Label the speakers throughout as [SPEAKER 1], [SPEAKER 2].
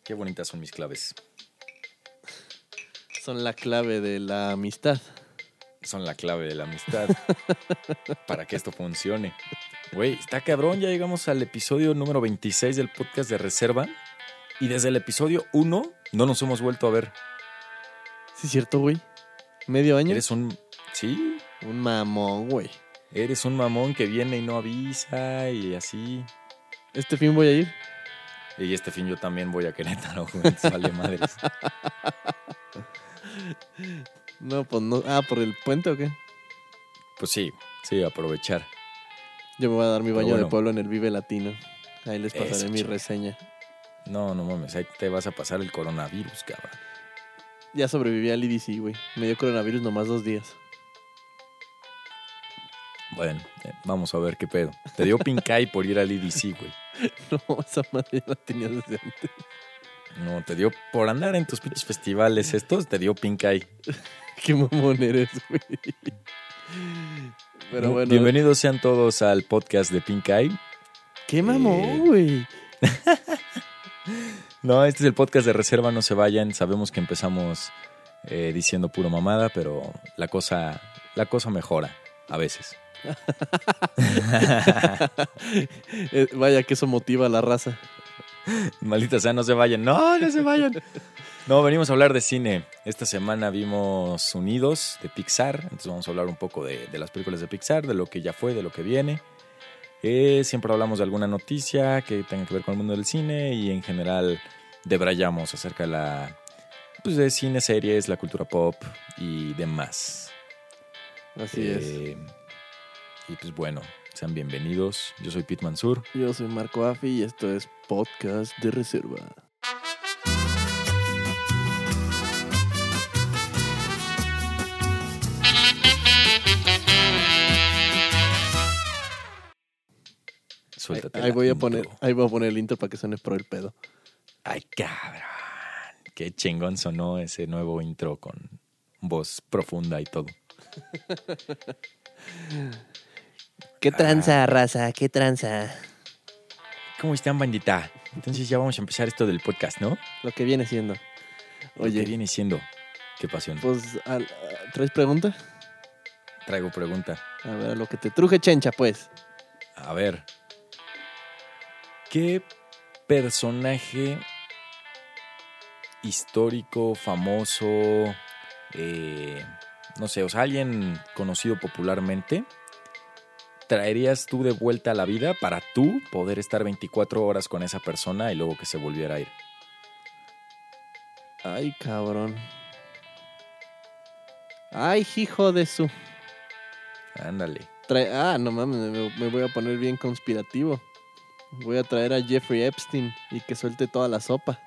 [SPEAKER 1] Qué bonitas son mis claves.
[SPEAKER 2] Son la clave de la amistad.
[SPEAKER 1] Son la clave de la amistad para que esto funcione. Güey, está cabrón. Ya llegamos al episodio número 26 del podcast de Reserva. Y desde el episodio 1 no nos hemos vuelto a ver.
[SPEAKER 2] Sí, cierto, güey. ¿Medio año?
[SPEAKER 1] Eres un... ¿Sí?
[SPEAKER 2] Un mamón, güey.
[SPEAKER 1] Eres un mamón que viene y no avisa y así.
[SPEAKER 2] Este fin voy a ir.
[SPEAKER 1] Y este fin yo también voy a Querétaro, güey. Vale madres.
[SPEAKER 2] No, pues no. Ah, ¿por el puente o qué?
[SPEAKER 1] Pues sí, aprovechar.
[SPEAKER 2] Yo me voy a dar mi
[SPEAKER 1] Pero
[SPEAKER 2] baño
[SPEAKER 1] bueno.
[SPEAKER 2] de pueblo en el Vive Latino. Ahí les pasaré
[SPEAKER 1] Eso,
[SPEAKER 2] mi
[SPEAKER 1] chinga.
[SPEAKER 2] reseña.
[SPEAKER 1] No mames, ahí te vas a pasar el coronavirus, cabrón.
[SPEAKER 2] Ya sobreviví al IDC, güey. Me dio coronavirus nomás 2 días.
[SPEAKER 1] Bueno, vamos a ver qué pedo. Te dio pink eye por ir al EDC, güey.
[SPEAKER 2] No, esa madre ya la tenía desde antes.
[SPEAKER 1] No, te dio por andar en tus pinches festivales estos, te dio pink eye.
[SPEAKER 2] Qué mamón eres, güey. Pero bueno.
[SPEAKER 1] Bienvenidos sean todos al podcast de Pink Eye.
[SPEAKER 2] Qué mamón, güey.
[SPEAKER 1] No, este es el podcast de Reserva, no se vayan. Sabemos que empezamos diciendo puro mamada, pero la cosa mejora a veces.
[SPEAKER 2] Vaya que eso motiva a la raza.
[SPEAKER 1] Maldita sea, no se vayan. No se vayan. No, venimos a hablar de cine. Esta semana vimos Unidos de Pixar. Entonces vamos a hablar un poco de las películas de Pixar, de lo que ya fue, de lo que viene. Siempre hablamos de alguna noticia que tenga que ver con el mundo del cine y en general debrayamos acerca de cine, series, la cultura pop y demás.
[SPEAKER 2] Así es.
[SPEAKER 1] Y pues bueno, sean bienvenidos. Yo soy Pete Mansur.
[SPEAKER 2] Yo soy Marco Affi y esto es Podcast de Reserva.
[SPEAKER 1] Suéltate
[SPEAKER 2] Ahí
[SPEAKER 1] la
[SPEAKER 2] voy a
[SPEAKER 1] intro.
[SPEAKER 2] poner el intro para que suene pro el pedo.
[SPEAKER 1] Ay, cabrón. Qué chingón sonó ese nuevo intro con voz profunda y todo.
[SPEAKER 2] ¿Qué tranza, raza? ¿Qué tranza?
[SPEAKER 1] ¿Cómo están, bandita? Entonces ya vamos a empezar esto del podcast, ¿no?
[SPEAKER 2] Lo que viene siendo.
[SPEAKER 1] Oye,
[SPEAKER 2] Oye,
[SPEAKER 1] ¿qué viene siendo? Qué pasión.
[SPEAKER 2] pues, ¿traes pregunta?
[SPEAKER 1] Traigo pregunta.
[SPEAKER 2] A ver, a lo que te truje, chencha, pues.
[SPEAKER 1] A ver. ¿Qué personaje histórico, famoso, no sé, o sea, alguien conocido popularmente, traerías tú de vuelta a la vida para tú poder estar 24 horas con esa persona y luego que se volviera a ir?
[SPEAKER 2] Ay, cabrón. Ay, hijo de su.
[SPEAKER 1] Ándale.
[SPEAKER 2] No mames, me voy a poner bien conspirativo. Voy a traer a Jeffrey Epstein y que suelte toda la sopa.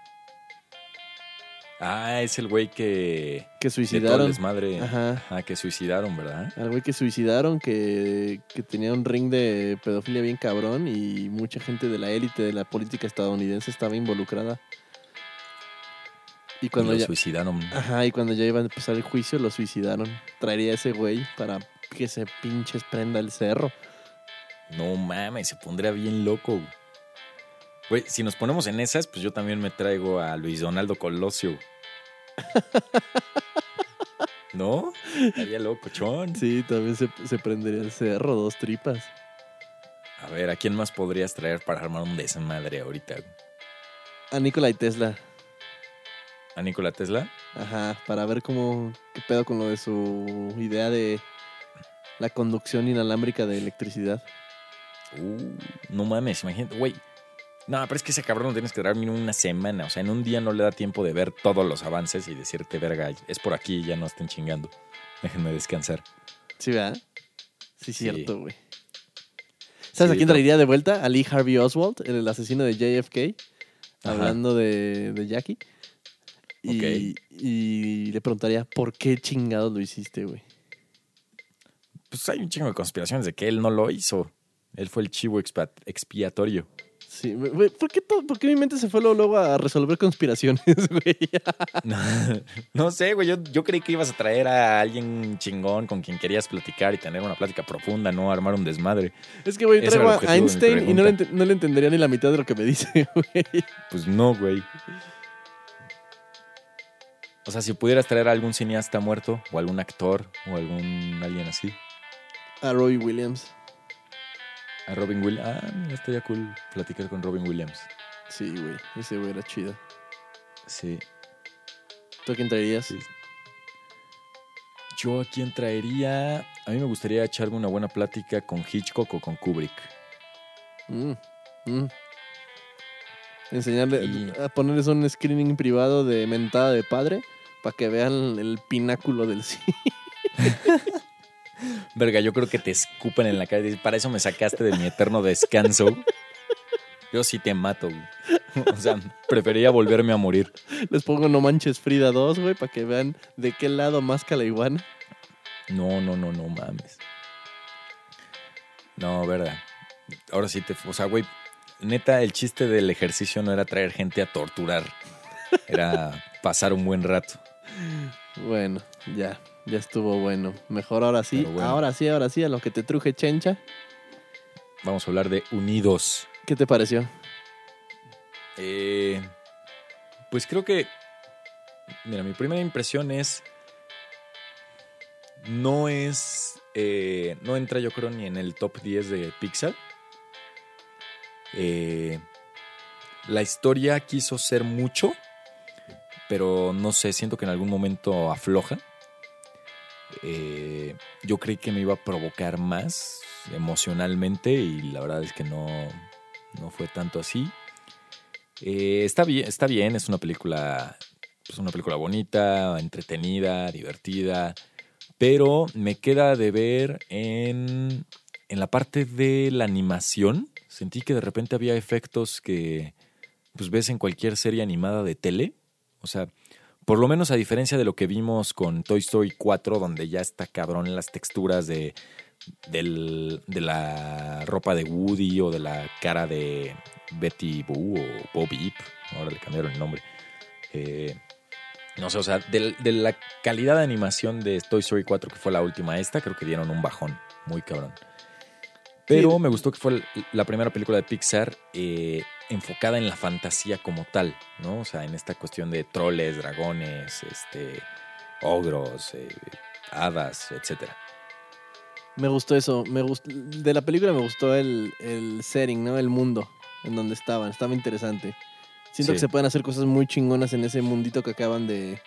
[SPEAKER 1] Ah, es el güey que...
[SPEAKER 2] Que
[SPEAKER 1] de todo el
[SPEAKER 2] suicidaron.
[SPEAKER 1] desmadre.
[SPEAKER 2] Ajá.
[SPEAKER 1] Ajá, que suicidaron, ¿verdad?
[SPEAKER 2] Al güey que suicidaron, que tenía un ring de pedofilia bien cabrón y mucha gente de la élite de la política estadounidense estaba involucrada. Y cuando
[SPEAKER 1] y lo
[SPEAKER 2] ya,
[SPEAKER 1] suicidaron.
[SPEAKER 2] ajá, y cuando ya iba a empezar el juicio, lo suicidaron. Traería a ese güey para que se pinches prenda el cerro.
[SPEAKER 1] No mames, se pondría bien loco. Güey, si nos ponemos en esas, pues yo también me traigo a Luis Donaldo Colosio. ¿No? Estaría locochón.
[SPEAKER 2] Sí, también se prendería el cerro, 2 tripas.
[SPEAKER 1] A ver, ¿a quién más podrías traer para armar un desmadre ahorita?
[SPEAKER 2] A Nikola Tesla.
[SPEAKER 1] ¿A Nikola Tesla?
[SPEAKER 2] Ajá, para ver qué pedo con lo de su idea de la conducción inalámbrica de electricidad.
[SPEAKER 1] No mames, imagínate, güey. No, pero es que ese cabrón lo tienes que dar mínimo una semana. O sea, en un día no le da tiempo de ver todos los avances y decirte, verga, es por aquí, ya no estén chingando. Déjenme descansar.
[SPEAKER 2] ¿Sí, verdad? Sí,
[SPEAKER 1] Sí.
[SPEAKER 2] cierto, güey. ¿Sabes
[SPEAKER 1] Sí,
[SPEAKER 2] a quién traería de vuelta? A Lee Harvey Oswald, el asesino de JFK,
[SPEAKER 1] Ajá.
[SPEAKER 2] hablando de Jackie. Y le preguntaría, ¿por qué chingados lo hiciste, güey?
[SPEAKER 1] Pues hay un chingo de conspiraciones de que él no lo hizo. Él fue el chivo expiatorio.
[SPEAKER 2] Sí, güey, ¿por qué mi mente se fue luego a resolver conspiraciones, güey?
[SPEAKER 1] No sé, güey. Yo creí que ibas a traer a alguien chingón con quien querías platicar y tener una plática profunda, no armar un desmadre.
[SPEAKER 2] Es que, güey,
[SPEAKER 1] Ese
[SPEAKER 2] traigo
[SPEAKER 1] era el
[SPEAKER 2] a
[SPEAKER 1] objetivo de mi
[SPEAKER 2] Einstein y no
[SPEAKER 1] pregunta.
[SPEAKER 2] le entendería ni la mitad de lo que me dice, güey.
[SPEAKER 1] Pues no, güey. O sea, si pudieras traer a algún cineasta muerto, o algún actor, o alguien así.
[SPEAKER 2] A Robbie Williams.
[SPEAKER 1] A Robin Williams. Ah, mira, estaría cool platicar con Robin Williams.
[SPEAKER 2] Sí, güey. Ese güey era chido.
[SPEAKER 1] Sí,
[SPEAKER 2] ¿Tú a quién traerías?
[SPEAKER 1] sí. Yo a quién traería. A mí me gustaría echarme una buena plática con Hitchcock o con Kubrick.
[SPEAKER 2] Mm, mm. Enseñarle
[SPEAKER 1] Y
[SPEAKER 2] a ponerles un screening privado de Mentada de Padre para que vean el pináculo del cine.
[SPEAKER 1] verga, yo creo que te escupen en la cara y dicen, para eso me sacaste de mi eterno descanso. Yo sí te mato, güey. O sea, preferiría volverme a morir.
[SPEAKER 2] Les pongo No Manches Frida 2, güey, para que vean de qué lado masca la iguana.
[SPEAKER 1] No, mames. No, verdad. Ahora sí o sea, güey, neta, el chiste del ejercicio no era traer gente a torturar. Era pasar un buen rato.
[SPEAKER 2] Bueno, ya estuvo bueno. Mejor ahora sí,
[SPEAKER 1] Pero bueno.
[SPEAKER 2] ahora sí, a lo que te truje, Chencha.
[SPEAKER 1] Vamos a hablar de Unidos.
[SPEAKER 2] ¿Qué te pareció?
[SPEAKER 1] Pues creo que, mira, mi primera impresión es, no entra yo creo ni en el top 10 de Pixar. La historia quiso ser mucho, pero no sé, siento que en algún momento afloja. Yo creí que me iba a provocar más emocionalmente y la verdad es que no fue tanto así. Está bien, es una película bonita, entretenida, divertida, pero me queda de ver en la parte de la animación. Sentí que de repente había efectos que pues ves en cualquier serie animada de tele. O sea, por lo menos a diferencia de lo que vimos con Toy Story 4, donde ya está cabrón las texturas de la ropa de Woody o de la cara de Betty Boo o Bo Peep. Ahora le cambiaron el nombre. No sé, o sea, de la calidad de animación de Toy Story 4, que fue la última creo que dieron un bajón muy cabrón. Pero
[SPEAKER 2] Sí.
[SPEAKER 1] me gustó que fue la primera película de Pixar enfocada en la fantasía como tal, ¿no? O sea, en esta cuestión de troles, dragones, ogros, hadas, etcétera.
[SPEAKER 2] Me gustó eso. De la película me gustó el setting, ¿no? El mundo en donde estaban. Estaba interesante. Siento
[SPEAKER 1] Sí.
[SPEAKER 2] que se pueden hacer cosas muy chingonas en ese mundito que acaban de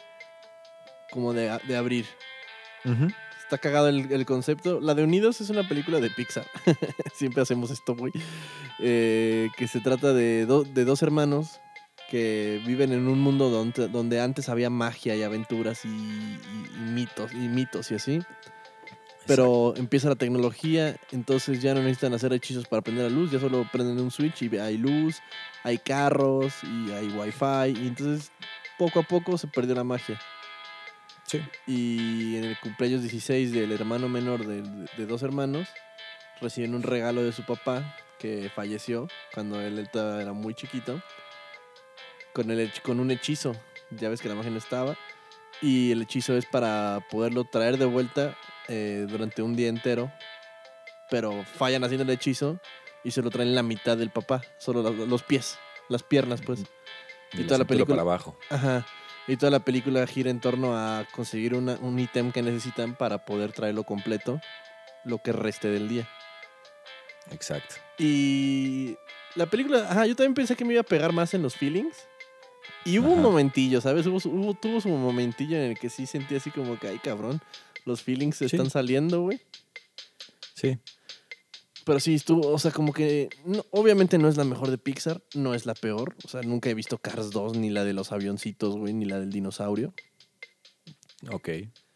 [SPEAKER 2] abrir.
[SPEAKER 1] Uh-huh.
[SPEAKER 2] Está cagado el concepto. La de Unidos es una película de Pixar. Siempre hacemos esto, güey. Que se trata de dos hermanos que viven en un mundo donde antes había magia y aventuras y mitos y así. Pero empieza la tecnología, entonces ya no necesitan hacer hechizos para prender la luz, ya solo prenden un switch y hay luz, hay carros y hay wifi. Y entonces poco a poco se perdió la magia.
[SPEAKER 1] Sí.
[SPEAKER 2] Y en el cumpleaños 16 del hermano menor de dos hermanos, reciben un regalo de su papá que falleció cuando él todavía era muy chiquito, con un hechizo. Ya ves que la magia no estaba. Y el hechizo es para poderlo traer de vuelta durante un día entero. Pero fallan haciendo el hechizo y se lo traen la mitad del papá. Solo los pies, las piernas, pues.
[SPEAKER 1] Y
[SPEAKER 2] toda la película
[SPEAKER 1] para abajo.
[SPEAKER 2] Ajá. Y toda la película gira en torno a conseguir un ítem que necesitan para poder traerlo completo lo que reste del día.
[SPEAKER 1] Exacto.
[SPEAKER 2] Y la película, ajá, yo también pensé que me iba a pegar más en los feelings. Y hubo un momentillo, ¿sabes? Tuvo su momentillo en el que sí sentí así como que, ay, cabrón, los feelings se están saliendo, güey.
[SPEAKER 1] Sí.
[SPEAKER 2] Pero sí, estuvo, o sea, como que obviamente no es la mejor de Pixar, no es la peor. O sea, nunca he visto Cars 2, ni la de los avioncitos, güey, ni la del dinosaurio.
[SPEAKER 1] Ok.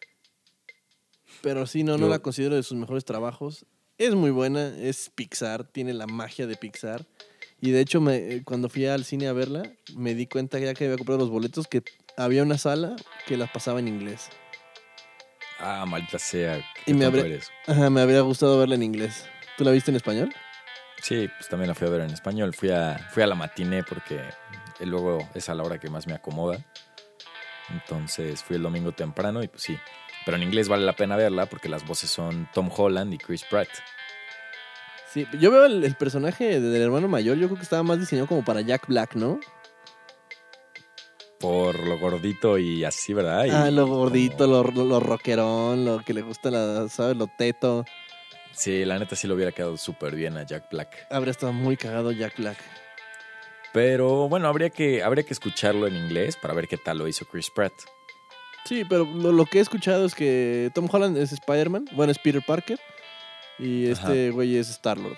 [SPEAKER 2] Pero sí, no la considero de sus mejores trabajos. Es muy buena, es Pixar, tiene la magia de Pixar. Y de hecho, cuando fui al cine a verla, me di cuenta ya que había comprado los boletos que había una sala que las pasaba en inglés.
[SPEAKER 1] Ah, maldita sea.
[SPEAKER 2] Y me habría gustado verla en inglés. ¿Tú la viste en español?
[SPEAKER 1] Sí, pues también la fui a ver en español. Fui a la matiné porque luego es a la hora que más me acomoda. Entonces fui el domingo temprano y pues sí. Pero en inglés vale la pena verla porque las voces son Tom Holland y Chris Pratt.
[SPEAKER 2] Sí, yo veo el personaje del hermano mayor, yo creo que estaba más diseñado como para Jack Black, ¿no?
[SPEAKER 1] Por lo gordito y así, ¿verdad? Y
[SPEAKER 2] Lo gordito,
[SPEAKER 1] como-
[SPEAKER 2] lo rockerón, lo que le gusta, ¿sabes? Lo teto.
[SPEAKER 1] Sí, la neta sí lo hubiera quedado súper bien a Jack Black.
[SPEAKER 2] Habría estado muy cagado Jack Black.
[SPEAKER 1] Pero bueno, habría que escucharlo en inglés para ver qué tal lo hizo Chris Pratt.
[SPEAKER 2] Sí, pero lo que he escuchado es que Tom Holland es Spider-Man, bueno, es Peter Parker, y
[SPEAKER 1] Ajá.
[SPEAKER 2] este güey es Star-Lord.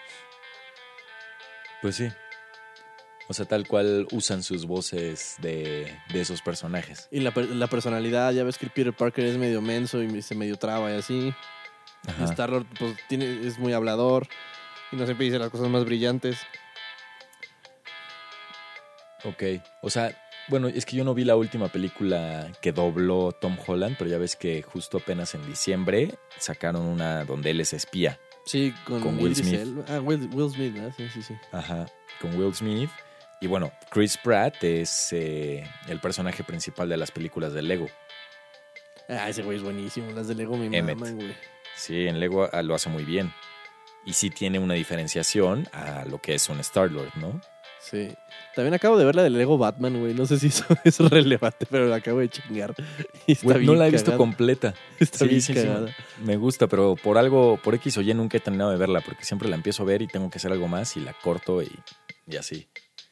[SPEAKER 1] Pues sí. O sea, tal cual usan sus voces de esos personajes.
[SPEAKER 2] Y la personalidad, ya ves que el Peter Parker es medio menso y se medio traba y así. Y
[SPEAKER 1] Ajá.
[SPEAKER 2] Star-Lord pues, es muy hablador y no siempre dice las cosas más brillantes.
[SPEAKER 1] Ok. O sea, bueno, es que yo no vi la última película que dobló Tom Holland, pero ya ves que justo apenas en diciembre sacaron una donde él es espía.
[SPEAKER 2] Sí, con
[SPEAKER 1] Will
[SPEAKER 2] Idris
[SPEAKER 1] Smith.
[SPEAKER 2] Elba. Ah, Will Smith, ¿verdad? Sí, sí, sí.
[SPEAKER 1] Ajá. Con Will Smith. Y bueno, Chris Pratt es el personaje principal de las películas de Lego.
[SPEAKER 2] Ah, ese güey es buenísimo. Las de Lego me
[SPEAKER 1] Emmet.
[SPEAKER 2] maman, güey.
[SPEAKER 1] Sí, en Lego lo hace muy bien. Y sí tiene una diferenciación a lo que es un Star-Lord, ¿no?
[SPEAKER 2] Sí. También acabo de ver la de Lego Batman, güey. No sé si eso es relevante, pero la acabo de chingar. Y está
[SPEAKER 1] Güey,
[SPEAKER 2] bien
[SPEAKER 1] no la he visto
[SPEAKER 2] cagada.
[SPEAKER 1] completa.
[SPEAKER 2] Está bien
[SPEAKER 1] Sí,
[SPEAKER 2] cagada.
[SPEAKER 1] me gusta, pero por X o Y nunca he terminado de verla, porque siempre la empiezo a ver y tengo que hacer algo más y la corto y así.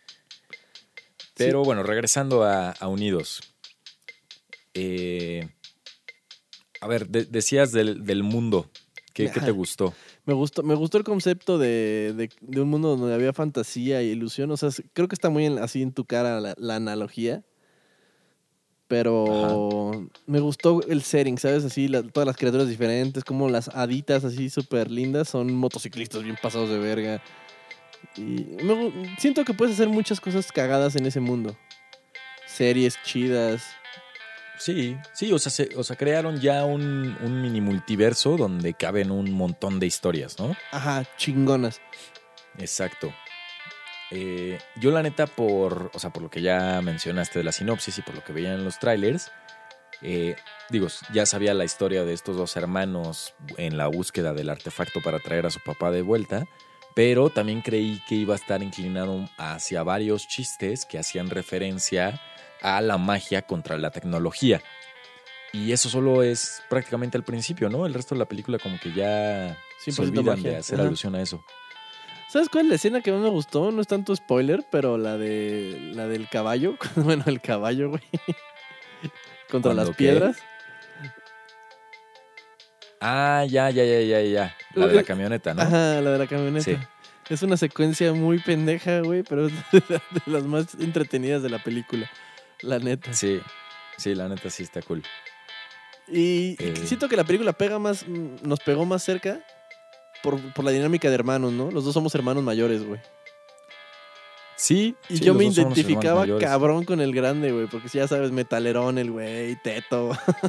[SPEAKER 1] Pero bueno, regresando a Unidos. A ver, decías del mundo. ¿Qué te gustó?
[SPEAKER 2] Me gustó el concepto de un mundo donde había fantasía y ilusión. O sea, creo que está muy así en tu cara la analogía.
[SPEAKER 1] Ajá.
[SPEAKER 2] Pero me gustó el setting, ¿sabes? Así, todas las criaturas diferentes, como las haditas así súper lindas son motociclistas bien pasados de verga. Y siento que puedes hacer muchas cosas cagadas en ese mundo. Series chidas.
[SPEAKER 1] Sí, o sea, crearon ya un mini multiverso donde caben un montón de historias, ¿no?
[SPEAKER 2] Ajá, chingonas.
[SPEAKER 1] Exacto. Yo la neta, por lo que ya mencionaste de la sinopsis y por lo que veía en los trailers, digo, ya sabía la historia de estos dos hermanos en la búsqueda del artefacto para traer a su papá de vuelta, pero también creí que iba a estar inclinado hacia varios chistes que hacían referencia a la magia contra la tecnología. Y eso solo es prácticamente al principio, ¿no? El resto de la película como que ya se
[SPEAKER 2] 100%
[SPEAKER 1] olvidan
[SPEAKER 2] magia.
[SPEAKER 1] de hacer
[SPEAKER 2] Ajá.
[SPEAKER 1] alusión a eso.
[SPEAKER 2] ¿Sabes cuál es la escena que más me gustó? No es tanto spoiler, pero la del caballo. Bueno, el caballo, güey. Contra las
[SPEAKER 1] ¿Cuándo qué?
[SPEAKER 2] piedras.
[SPEAKER 1] Ah, ya. La de la camioneta, ¿no?
[SPEAKER 2] Ajá, la de la
[SPEAKER 1] Sí.
[SPEAKER 2] camioneta. Es una secuencia muy pendeja, güey, pero es de las más entretenidas de la película. La neta.
[SPEAKER 1] Sí, la neta sí está cool.
[SPEAKER 2] Y
[SPEAKER 1] Eh,
[SPEAKER 2] siento que la película nos pegó más cerca por la dinámica de hermanos, ¿no? Los dos somos hermanos mayores, güey.
[SPEAKER 1] sí,
[SPEAKER 2] Y yo
[SPEAKER 1] los
[SPEAKER 2] me
[SPEAKER 1] dos somos los hermanos
[SPEAKER 2] identificaba
[SPEAKER 1] mayores.
[SPEAKER 2] cabrón con el grande, güey, porque ya sabes, metalerón el güey, teto.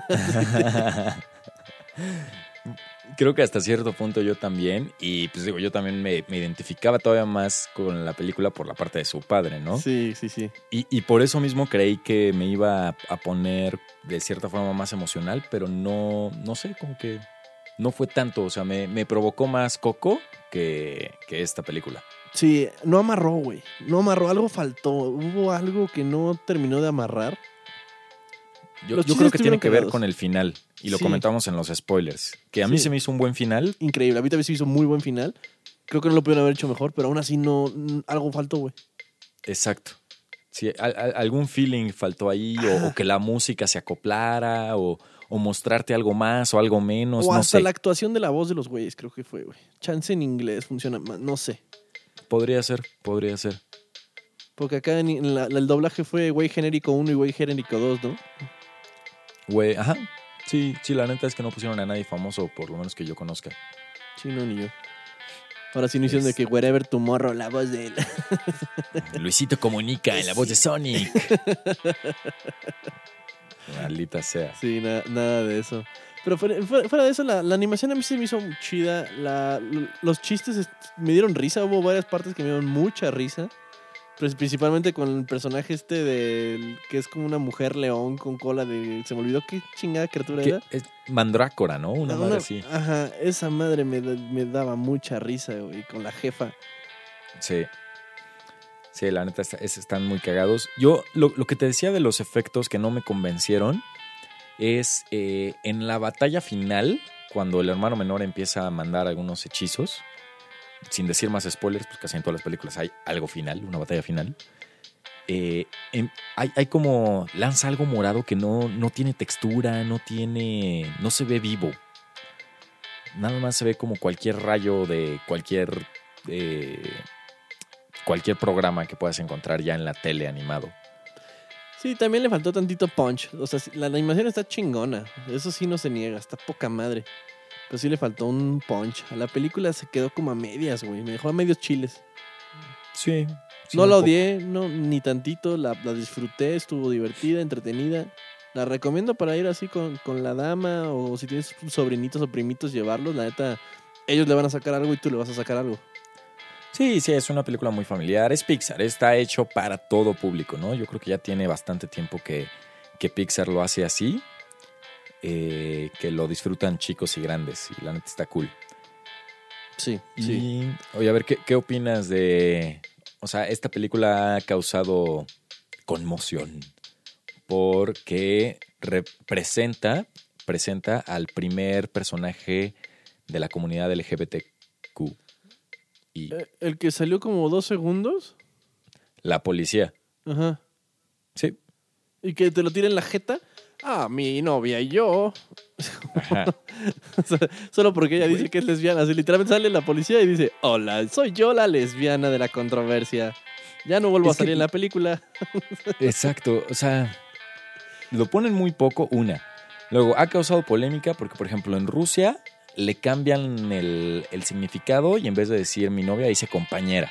[SPEAKER 1] Creo que hasta cierto punto yo también. Y pues digo, yo también me identificaba todavía más con la película por la parte de su padre, ¿no?
[SPEAKER 2] Sí, sí, sí.
[SPEAKER 1] Y por eso mismo creí que me iba a poner de cierta forma más emocional, pero no sé, como que no fue tanto. O sea, me provocó más Coco que esta película.
[SPEAKER 2] Sí, no amarró, güey. No amarró, algo faltó. Hubo algo que no terminó de amarrar.
[SPEAKER 1] Yo
[SPEAKER 2] Los
[SPEAKER 1] creo
[SPEAKER 2] chistes
[SPEAKER 1] que tiene
[SPEAKER 2] estuvieron
[SPEAKER 1] que ver
[SPEAKER 2] cagados.
[SPEAKER 1] con el final. Y lo
[SPEAKER 2] Sí.
[SPEAKER 1] comentamos en los spoilers. Que a mí
[SPEAKER 2] Sí.
[SPEAKER 1] se me hizo un buen final.
[SPEAKER 2] Increíble. A mí también se hizo muy buen final. Creo que no lo pudieron haber hecho mejor, pero aún así algo faltó, güey.
[SPEAKER 1] Exacto. Sí, algún feeling faltó ahí, o que la música se acoplara, o mostrarte algo más o algo menos,
[SPEAKER 2] O
[SPEAKER 1] no
[SPEAKER 2] hasta
[SPEAKER 1] sé.
[SPEAKER 2] la actuación de la voz de los güeyes, creo que fue, güey. Chance en inglés funciona más, no sé.
[SPEAKER 1] Podría ser.
[SPEAKER 2] Porque acá el doblaje fue güey genérico 1 y güey genérico 2, ¿no?
[SPEAKER 1] Güey, ajá. Sí, la neta es que no pusieron a nadie famoso, por lo menos que yo conozca.
[SPEAKER 2] Sí, no, ni yo. Ahora sí no hicieron de que Wherever Tomorrow, la voz de él.
[SPEAKER 1] Luisito Comunica en la voz de Sonic. Maldita sea.
[SPEAKER 2] Sí, nada de eso. Pero fuera de eso, la animación a mí se me hizo chida. Los chistes me dieron risa. Hubo varias partes que me dieron mucha risa. Principalmente con el personaje que es como una mujer león con cola de... Se me olvidó qué chingada criatura era.
[SPEAKER 1] Es mandrácora, ¿no? Una madre así.
[SPEAKER 2] Ajá, esa madre me daba mucha risa, güey, con la jefa.
[SPEAKER 1] Sí. Sí, la neta están muy cagados. Yo lo que te decía de los efectos que no me convencieron es en la batalla final, cuando el hermano menor empieza a mandar algunos hechizos, sin decir más spoilers, pues casi en todas las películas hay algo final, una batalla final. Hay como lanza algo morado que no tiene textura, no se ve vivo. Nada más se ve como cualquier rayo de cualquier programa que puedas encontrar ya en la tele animado.
[SPEAKER 2] Sí, también le faltó tantito punch. O sea, la animación está chingona. Eso sí no se niega, está poca madre. Pero sí le faltó un punch. A la película se quedó como a medias, güey. Me dejó a medios chiles.
[SPEAKER 1] Sí.
[SPEAKER 2] No la odié, no, ni tantito. La disfruté, estuvo divertida, entretenida. La recomiendo para ir así con la dama, o si tienes sobrinitos o primitos, llevarlos. La neta, ellos le van a sacar algo y tú le vas a sacar algo.
[SPEAKER 1] Sí, es una película muy familiar. Es Pixar, está hecho para todo público, ¿no? Yo creo que ya tiene bastante tiempo que Pixar lo hace así, que lo disfrutan chicos y grandes, y la neta está cool.
[SPEAKER 2] Sí,
[SPEAKER 1] y, oye, a ver, ¿qué opinas de...? O sea, esta película ha causado conmoción porque presenta al primer personaje de la comunidad LGBTQ.
[SPEAKER 2] ¿El que salió como 2 segundos?
[SPEAKER 1] La policía.
[SPEAKER 2] Ajá.
[SPEAKER 1] Sí.
[SPEAKER 2] ¿Y que te lo tira en la jeta? Ah, mi novia y yo.
[SPEAKER 1] Ajá.
[SPEAKER 2] Solo porque ella dice que es lesbiana. Así literalmente sale la policía y dice: hola, soy yo la lesbiana de la controversia. Ya no vuelvo a salir en la película.
[SPEAKER 1] Exacto. O sea, lo ponen muy poco, una. Luego, ha causado polémica porque, por ejemplo, en Rusia le cambian el significado y en vez de decir mi novia, dice compañera.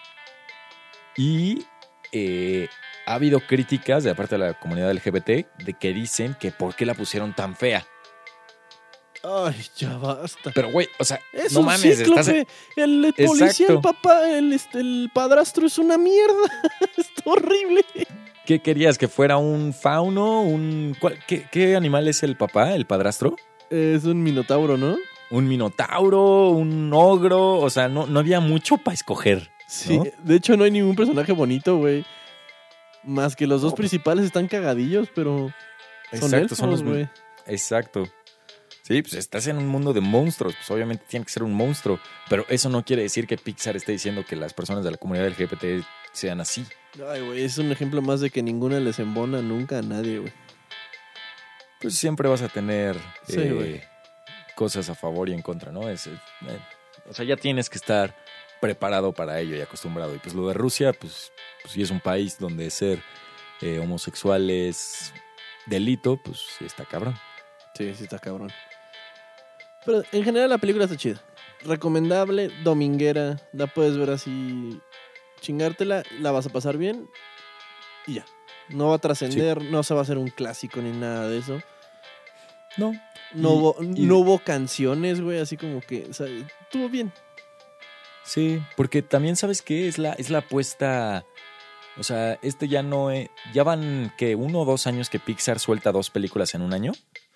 [SPEAKER 1] Y ha habido críticas de parte de la comunidad LGBT de que dicen que por qué la pusieron tan fea.
[SPEAKER 2] Ay, ya basta.
[SPEAKER 1] Pero, güey, o sea,
[SPEAKER 2] es
[SPEAKER 1] no
[SPEAKER 2] un
[SPEAKER 1] mames.
[SPEAKER 2] cíclope. El policía,
[SPEAKER 1] Exacto.
[SPEAKER 2] el papá, el padrastro es una mierda. Está horrible.
[SPEAKER 1] ¿Qué querías? ¿Que fuera un fauno? ¿Qué animal es el papá, el padrastro?
[SPEAKER 2] Es un minotauro, ¿no?
[SPEAKER 1] Un minotauro, un ogro. O sea, no había mucho para escoger.
[SPEAKER 2] Sí,
[SPEAKER 1] ¿no?
[SPEAKER 2] de hecho no hay ningún personaje bonito, güey. Más que los dos principales están cagadillos, pero son elfos, güey.
[SPEAKER 1] Exacto. Sí, pues estás en un mundo de monstruos, pues obviamente tiene que ser un monstruo, pero eso no quiere decir que Pixar esté diciendo que las personas de la comunidad LGBT sean así.
[SPEAKER 2] Ay, güey, es un ejemplo más de que ninguna les embona nunca a nadie, güey.
[SPEAKER 1] Pues siempre vas a tener
[SPEAKER 2] Sí,
[SPEAKER 1] cosas a favor y en contra, ¿no? O sea, ya tienes que estar preparado para ello y acostumbrado. Y pues lo de Rusia, pues sí es un país donde ser homosexual es delito, pues sí está cabrón.
[SPEAKER 2] Sí, está cabrón. Pero en general la película está chida. Recomendable, dominguera. La puedes ver así, chingártela, la vas a pasar bien y ya. No va a trascender, no se va a hacer un clásico ni nada de eso.
[SPEAKER 1] No.
[SPEAKER 2] No hubo canciones, güey, así como que, o sea, estuvo bien.
[SPEAKER 1] Sí, porque también sabes qué es la apuesta. O sea, ya no ya van que 1 o 2 años que Pixar suelta 2 películas en un año.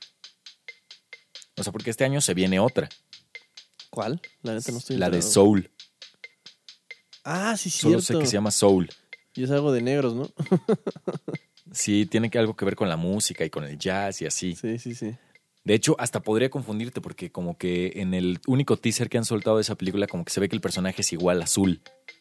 [SPEAKER 1] O sea, porque este año se viene otra.
[SPEAKER 2] ¿Cuál? La neta no estoy
[SPEAKER 1] La
[SPEAKER 2] enterado.
[SPEAKER 1] de Soul.
[SPEAKER 2] Ah, sí,
[SPEAKER 1] Solo
[SPEAKER 2] cierto.
[SPEAKER 1] sé que se llama Soul.
[SPEAKER 2] Y es algo de negros, ¿no?
[SPEAKER 1] Sí, tiene algo que ver con la música y con el jazz y así.
[SPEAKER 2] Sí.
[SPEAKER 1] De hecho, hasta podría confundirte porque como que en el único teaser que han soltado de esa película como que se ve que el personaje es igual azul.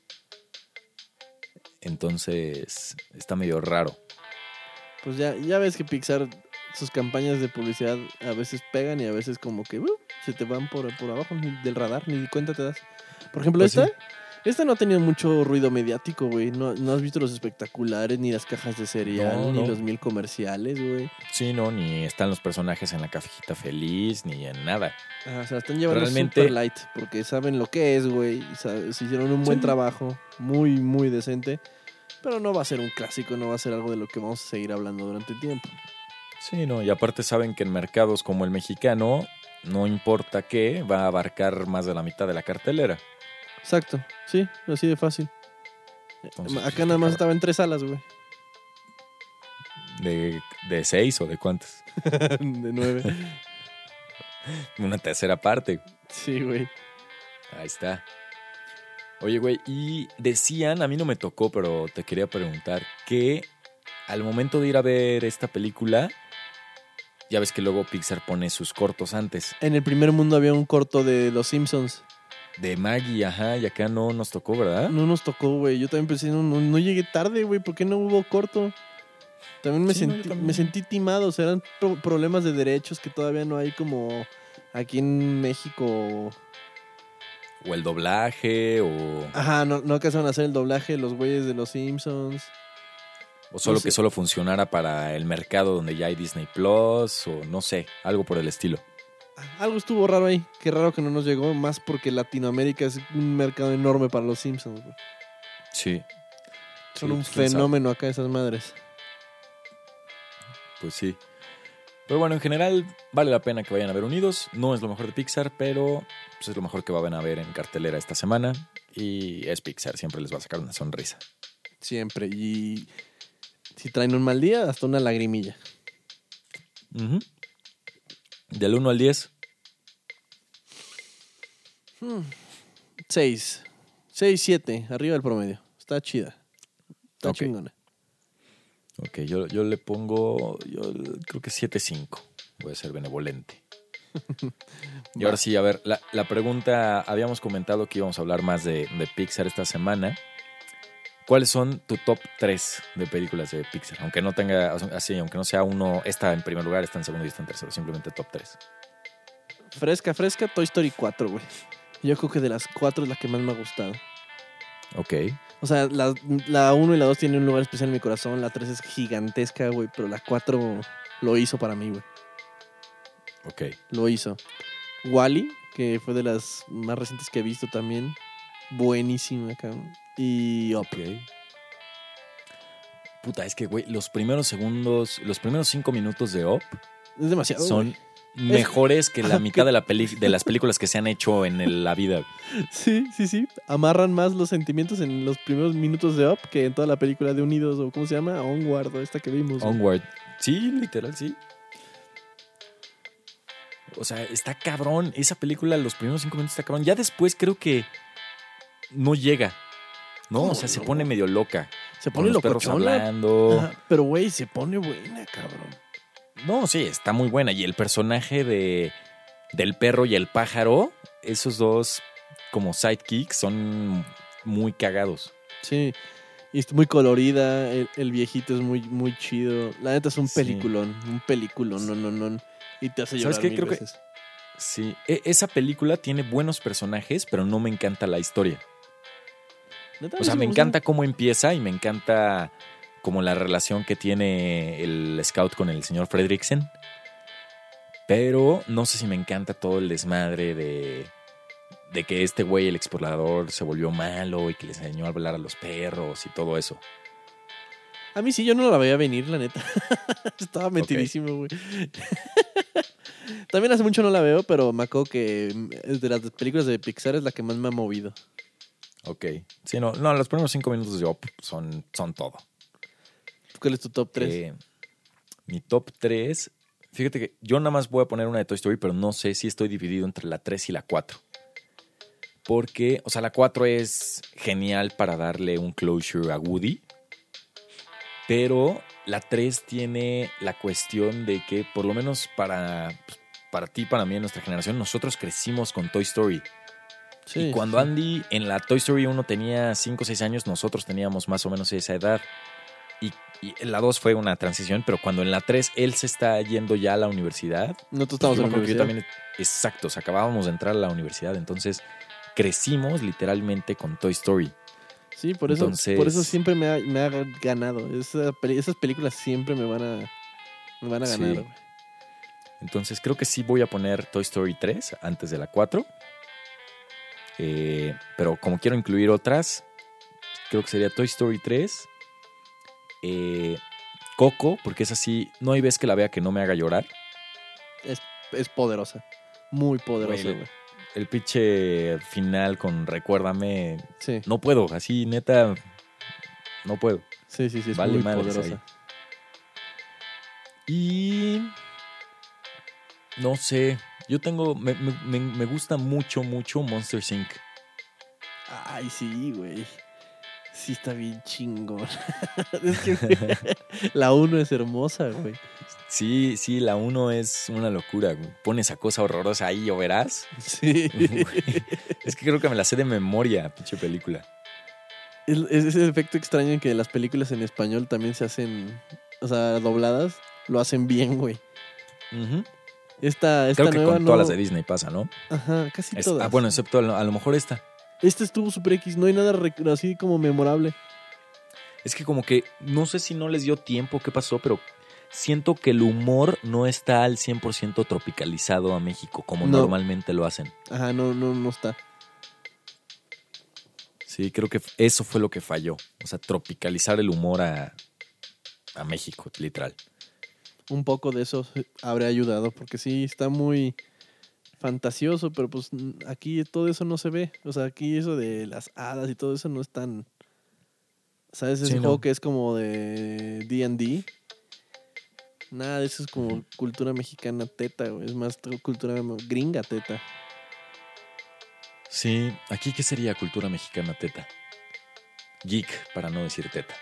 [SPEAKER 1] Entonces, está medio raro.
[SPEAKER 2] Pues ya ves que Pixar, sus campañas de publicidad a veces pegan y a veces como que se te van por abajo del radar, ni cuenta te das. Por ejemplo,
[SPEAKER 1] Pues
[SPEAKER 2] esta no ha tenido mucho ruido mediático, güey. No has visto los espectaculares, ni las cajas de cereal, ni los 1000 comerciales, güey.
[SPEAKER 1] Sí, no, ni están los personajes en la cajita feliz, ni en nada.
[SPEAKER 2] Ajá, se la están llevando
[SPEAKER 1] Realmente,
[SPEAKER 2] super light, porque saben lo que es, güey. Se hicieron un buen trabajo, muy, muy decente. Pero no va a ser un clásico, no va a ser algo de lo que vamos a seguir hablando durante el tiempo.
[SPEAKER 1] Sí, no, y aparte saben que en mercados como el mexicano, no importa qué, va a abarcar más de la mitad de la cartelera.
[SPEAKER 2] Exacto, sí, así de fácil.
[SPEAKER 1] Entonces,
[SPEAKER 2] acá nada más estaba en 3 salas, güey.
[SPEAKER 1] ¿De 6 o de cuántas?
[SPEAKER 2] De 9.
[SPEAKER 1] Una tercera parte.
[SPEAKER 2] Sí, güey.
[SPEAKER 1] Ahí está. Oye, güey, y decían, a mí no me tocó, pero te quería preguntar, que al momento de ir a ver esta película, ya ves que luego Pixar pone sus cortos antes.
[SPEAKER 2] En el primer mundo había un corto de Los Simpsons.
[SPEAKER 1] De Maggie, ajá, y acá no nos tocó, ¿verdad?
[SPEAKER 2] No nos tocó, güey. Yo también pensé, no llegué tarde, güey. ¿Por qué no hubo corto? También
[SPEAKER 1] Sí, no, yo también.
[SPEAKER 2] me sentí timado. O sea, eran problemas de derechos que todavía no hay como aquí en México.
[SPEAKER 1] O el doblaje, o
[SPEAKER 2] Ajá, no alcanzaron a hacer el doblaje de los güeyes de Los Simpsons.
[SPEAKER 1] solo
[SPEAKER 2] No sé.
[SPEAKER 1] que solo funcionara para el mercado donde ya hay Disney Plus, o no sé, algo por el estilo.
[SPEAKER 2] Algo estuvo raro ahí. Qué raro que no nos llegó. Más porque Latinoamérica es un mercado enorme para Los Simpsons, güey.
[SPEAKER 1] Sí.
[SPEAKER 2] Son
[SPEAKER 1] Sí,
[SPEAKER 2] un
[SPEAKER 1] pues, quién sabe.
[SPEAKER 2] fenómeno acá esas madres.
[SPEAKER 1] Pues sí. Pero bueno, en general vale la pena que vayan a ver Unidos. No es lo mejor de Pixar, pero pues, es lo mejor que van a ver en cartelera esta semana. Y es Pixar, siempre les va a sacar una sonrisa.
[SPEAKER 2] Siempre. Y si traen un mal día, hasta una lagrimilla.
[SPEAKER 1] Ujú. Del 1 al 10.
[SPEAKER 2] 6. 6, 7. Arriba del promedio. Está chida. Está
[SPEAKER 1] Ok.
[SPEAKER 2] chingona.
[SPEAKER 1] Ok, yo le pongo, creo que 7.5. Voy a ser benevolente. Y
[SPEAKER 2] Va.
[SPEAKER 1] ahora sí, a ver, la pregunta, habíamos comentado que íbamos a hablar más de Pixar esta semana. ¿Cuáles son tu top 3 de películas de Pixar? Aunque no tenga, así, aunque no sea uno, esta en primer lugar, esta en segundo y esta en tercero, simplemente top 3.
[SPEAKER 2] Fresca, Toy Story 4, güey. Yo creo que de las 4 es la que más me ha gustado.
[SPEAKER 1] Ok,
[SPEAKER 2] O sea, la 1 y la 2 tienen un lugar especial en mi corazón. La 3 es gigantesca, güey. Pero la 4 lo hizo para mí, güey.
[SPEAKER 1] ok.
[SPEAKER 2] Lo hizo. Wall-E, que fue de las más recientes que he visto también. Buenísima, cabrón. Y Up.
[SPEAKER 1] Ok. Puta, es que, güey, los primeros 5 minutos de Up
[SPEAKER 2] Es demasiado,
[SPEAKER 1] son
[SPEAKER 2] güey.
[SPEAKER 1] mejores que la mitad
[SPEAKER 2] que-
[SPEAKER 1] de las películas que se han hecho en la vida.
[SPEAKER 2] Sí. Amarran más los sentimientos en los primeros minutos de Up que en toda la película de Unidos o ¿cómo se llama? Onward o esta que vimos. Güey.
[SPEAKER 1] Onward. Sí, literal, sí. O sea, está cabrón. Esa película, los primeros 5 minutos está cabrón. Ya después creo que no llega, ¿no?
[SPEAKER 2] ¿Cómo
[SPEAKER 1] O sea, se
[SPEAKER 2] no?
[SPEAKER 1] pone medio loca.
[SPEAKER 2] Se
[SPEAKER 1] Con
[SPEAKER 2] pone
[SPEAKER 1] los perros
[SPEAKER 2] locochona.
[SPEAKER 1] hablando.
[SPEAKER 2] Ajá, pero, güey, se pone buena, cabrón.
[SPEAKER 1] No, sí, está muy buena. Y el personaje del perro y el pájaro, esos dos como sidekicks son muy cagados.
[SPEAKER 2] Sí. Y es muy colorida. El viejito es muy chido. La neta es un
[SPEAKER 1] Sí.
[SPEAKER 2] peliculón. Un peliculón. No. Y te hace
[SPEAKER 1] ¿Sabes
[SPEAKER 2] llorar
[SPEAKER 1] qué?
[SPEAKER 2] mil
[SPEAKER 1] Creo que
[SPEAKER 2] veces.
[SPEAKER 1] sí. Esa película tiene buenos personajes, pero no me encanta la historia.
[SPEAKER 2] Neta, a
[SPEAKER 1] O
[SPEAKER 2] mí
[SPEAKER 1] sea,
[SPEAKER 2] sí
[SPEAKER 1] me
[SPEAKER 2] gustó.
[SPEAKER 1] encanta cómo empieza y me encanta como la relación que tiene el scout con el señor Fredricksen. Pero no sé si me encanta todo el desmadre de que este güey, el explorador, se volvió malo y que le enseñó a hablar a los perros y todo eso.
[SPEAKER 2] A mí sí, yo no la veía venir, la neta. Estaba metidísimo, güey. También hace mucho no la veo, pero me acuerdo que de las películas de Pixar es la que más me ha movido.
[SPEAKER 1] Ok. Sí, no, los primeros 5 minutos de Up son todo.
[SPEAKER 2] ¿Cuál es tu top 3?
[SPEAKER 1] Mi top 3, fíjate que yo nada más voy a poner una de Toy Story, pero no sé si estoy dividido entre la 3 y la 4. Porque, o sea, la 4 es genial para darle un closure a Woody. Pero la 3 tiene la cuestión de que, por lo menos para ti, para mí, en nuestra generación, nosotros crecimos con Toy Story.
[SPEAKER 2] Sí,
[SPEAKER 1] Y cuando
[SPEAKER 2] sí.
[SPEAKER 1] Andy en la Toy Story 1 tenía 5 o 6 años, nosotros teníamos más o menos esa edad. Y en la 2 fue una transición, pero cuando en la 3 él se está yendo ya a la universidad.
[SPEAKER 2] Nosotros
[SPEAKER 1] Pues
[SPEAKER 2] estamos
[SPEAKER 1] yo
[SPEAKER 2] en la
[SPEAKER 1] me acuerdo que yo
[SPEAKER 2] universidad.
[SPEAKER 1] también, exacto, o sea, acabábamos de entrar a la universidad, entonces crecimos literalmente con Toy Story.
[SPEAKER 2] Sí, por eso
[SPEAKER 1] Entonces,
[SPEAKER 2] siempre me ha ganado. Esas películas siempre me van a ganar,
[SPEAKER 1] sí.
[SPEAKER 2] güey.
[SPEAKER 1] Entonces creo que sí voy a poner Toy Story 3 antes de la 4. Pero como quiero incluir otras, creo que sería Toy Story 3. Coco, porque es así, no hay vez que la vea que no me haga llorar.
[SPEAKER 2] Es poderosa. Muy poderosa,
[SPEAKER 1] Güey,
[SPEAKER 2] güey.
[SPEAKER 1] el pinche final con Recuérdame,
[SPEAKER 2] Sí,
[SPEAKER 1] no puedo, así neta, no puedo.
[SPEAKER 2] sí, es
[SPEAKER 1] Vale
[SPEAKER 2] muy
[SPEAKER 1] madres
[SPEAKER 2] poderosa.
[SPEAKER 1] ahí. Y no sé, yo tengo, me gusta mucho Monsters Inc.
[SPEAKER 2] Ay, sí, güey. Sí está bien chingón. Es que güey, la 1 es hermosa, güey.
[SPEAKER 1] Sí, sí, la uno es una locura, güey. Pones esa cosa horrorosa ahí o verás.
[SPEAKER 2] Sí.
[SPEAKER 1] Güey, es que creo que me la sé de memoria, pinche película.
[SPEAKER 2] Es ese efecto extraño en que las películas en español también se hacen, o sea, dobladas, lo hacen bien, güey.
[SPEAKER 1] Ujú.
[SPEAKER 2] Esta
[SPEAKER 1] Creo que
[SPEAKER 2] nueva
[SPEAKER 1] con todas las
[SPEAKER 2] no.
[SPEAKER 1] de Disney pasa, ¿no?
[SPEAKER 2] Ajá, casi todas.
[SPEAKER 1] Bueno, excepto a lo mejor esta.
[SPEAKER 2] Esta estuvo super X, no hay nada así como memorable.
[SPEAKER 1] Es que como que no sé si no les dio tiempo, qué pasó, pero siento que el humor no está al 100% tropicalizado a México como
[SPEAKER 2] No,
[SPEAKER 1] normalmente lo hacen.
[SPEAKER 2] ajá, no está.
[SPEAKER 1] Sí, creo que eso fue lo que falló. O sea, tropicalizar el humor a México, literal.
[SPEAKER 2] Un poco de eso habría ayudado, porque sí, está muy fantasioso, pero pues aquí todo eso no se ve. O sea, aquí eso de las hadas y todo eso no es tan... ¿Sabes? Ese
[SPEAKER 1] Sí,
[SPEAKER 2] juego
[SPEAKER 1] no.
[SPEAKER 2] que es como de D&D. Nada de eso es como cultura mexicana teta, güey. Es más cultura gringa teta.
[SPEAKER 1] Sí, aquí qué sería cultura mexicana teta. Geek, para no decir teta.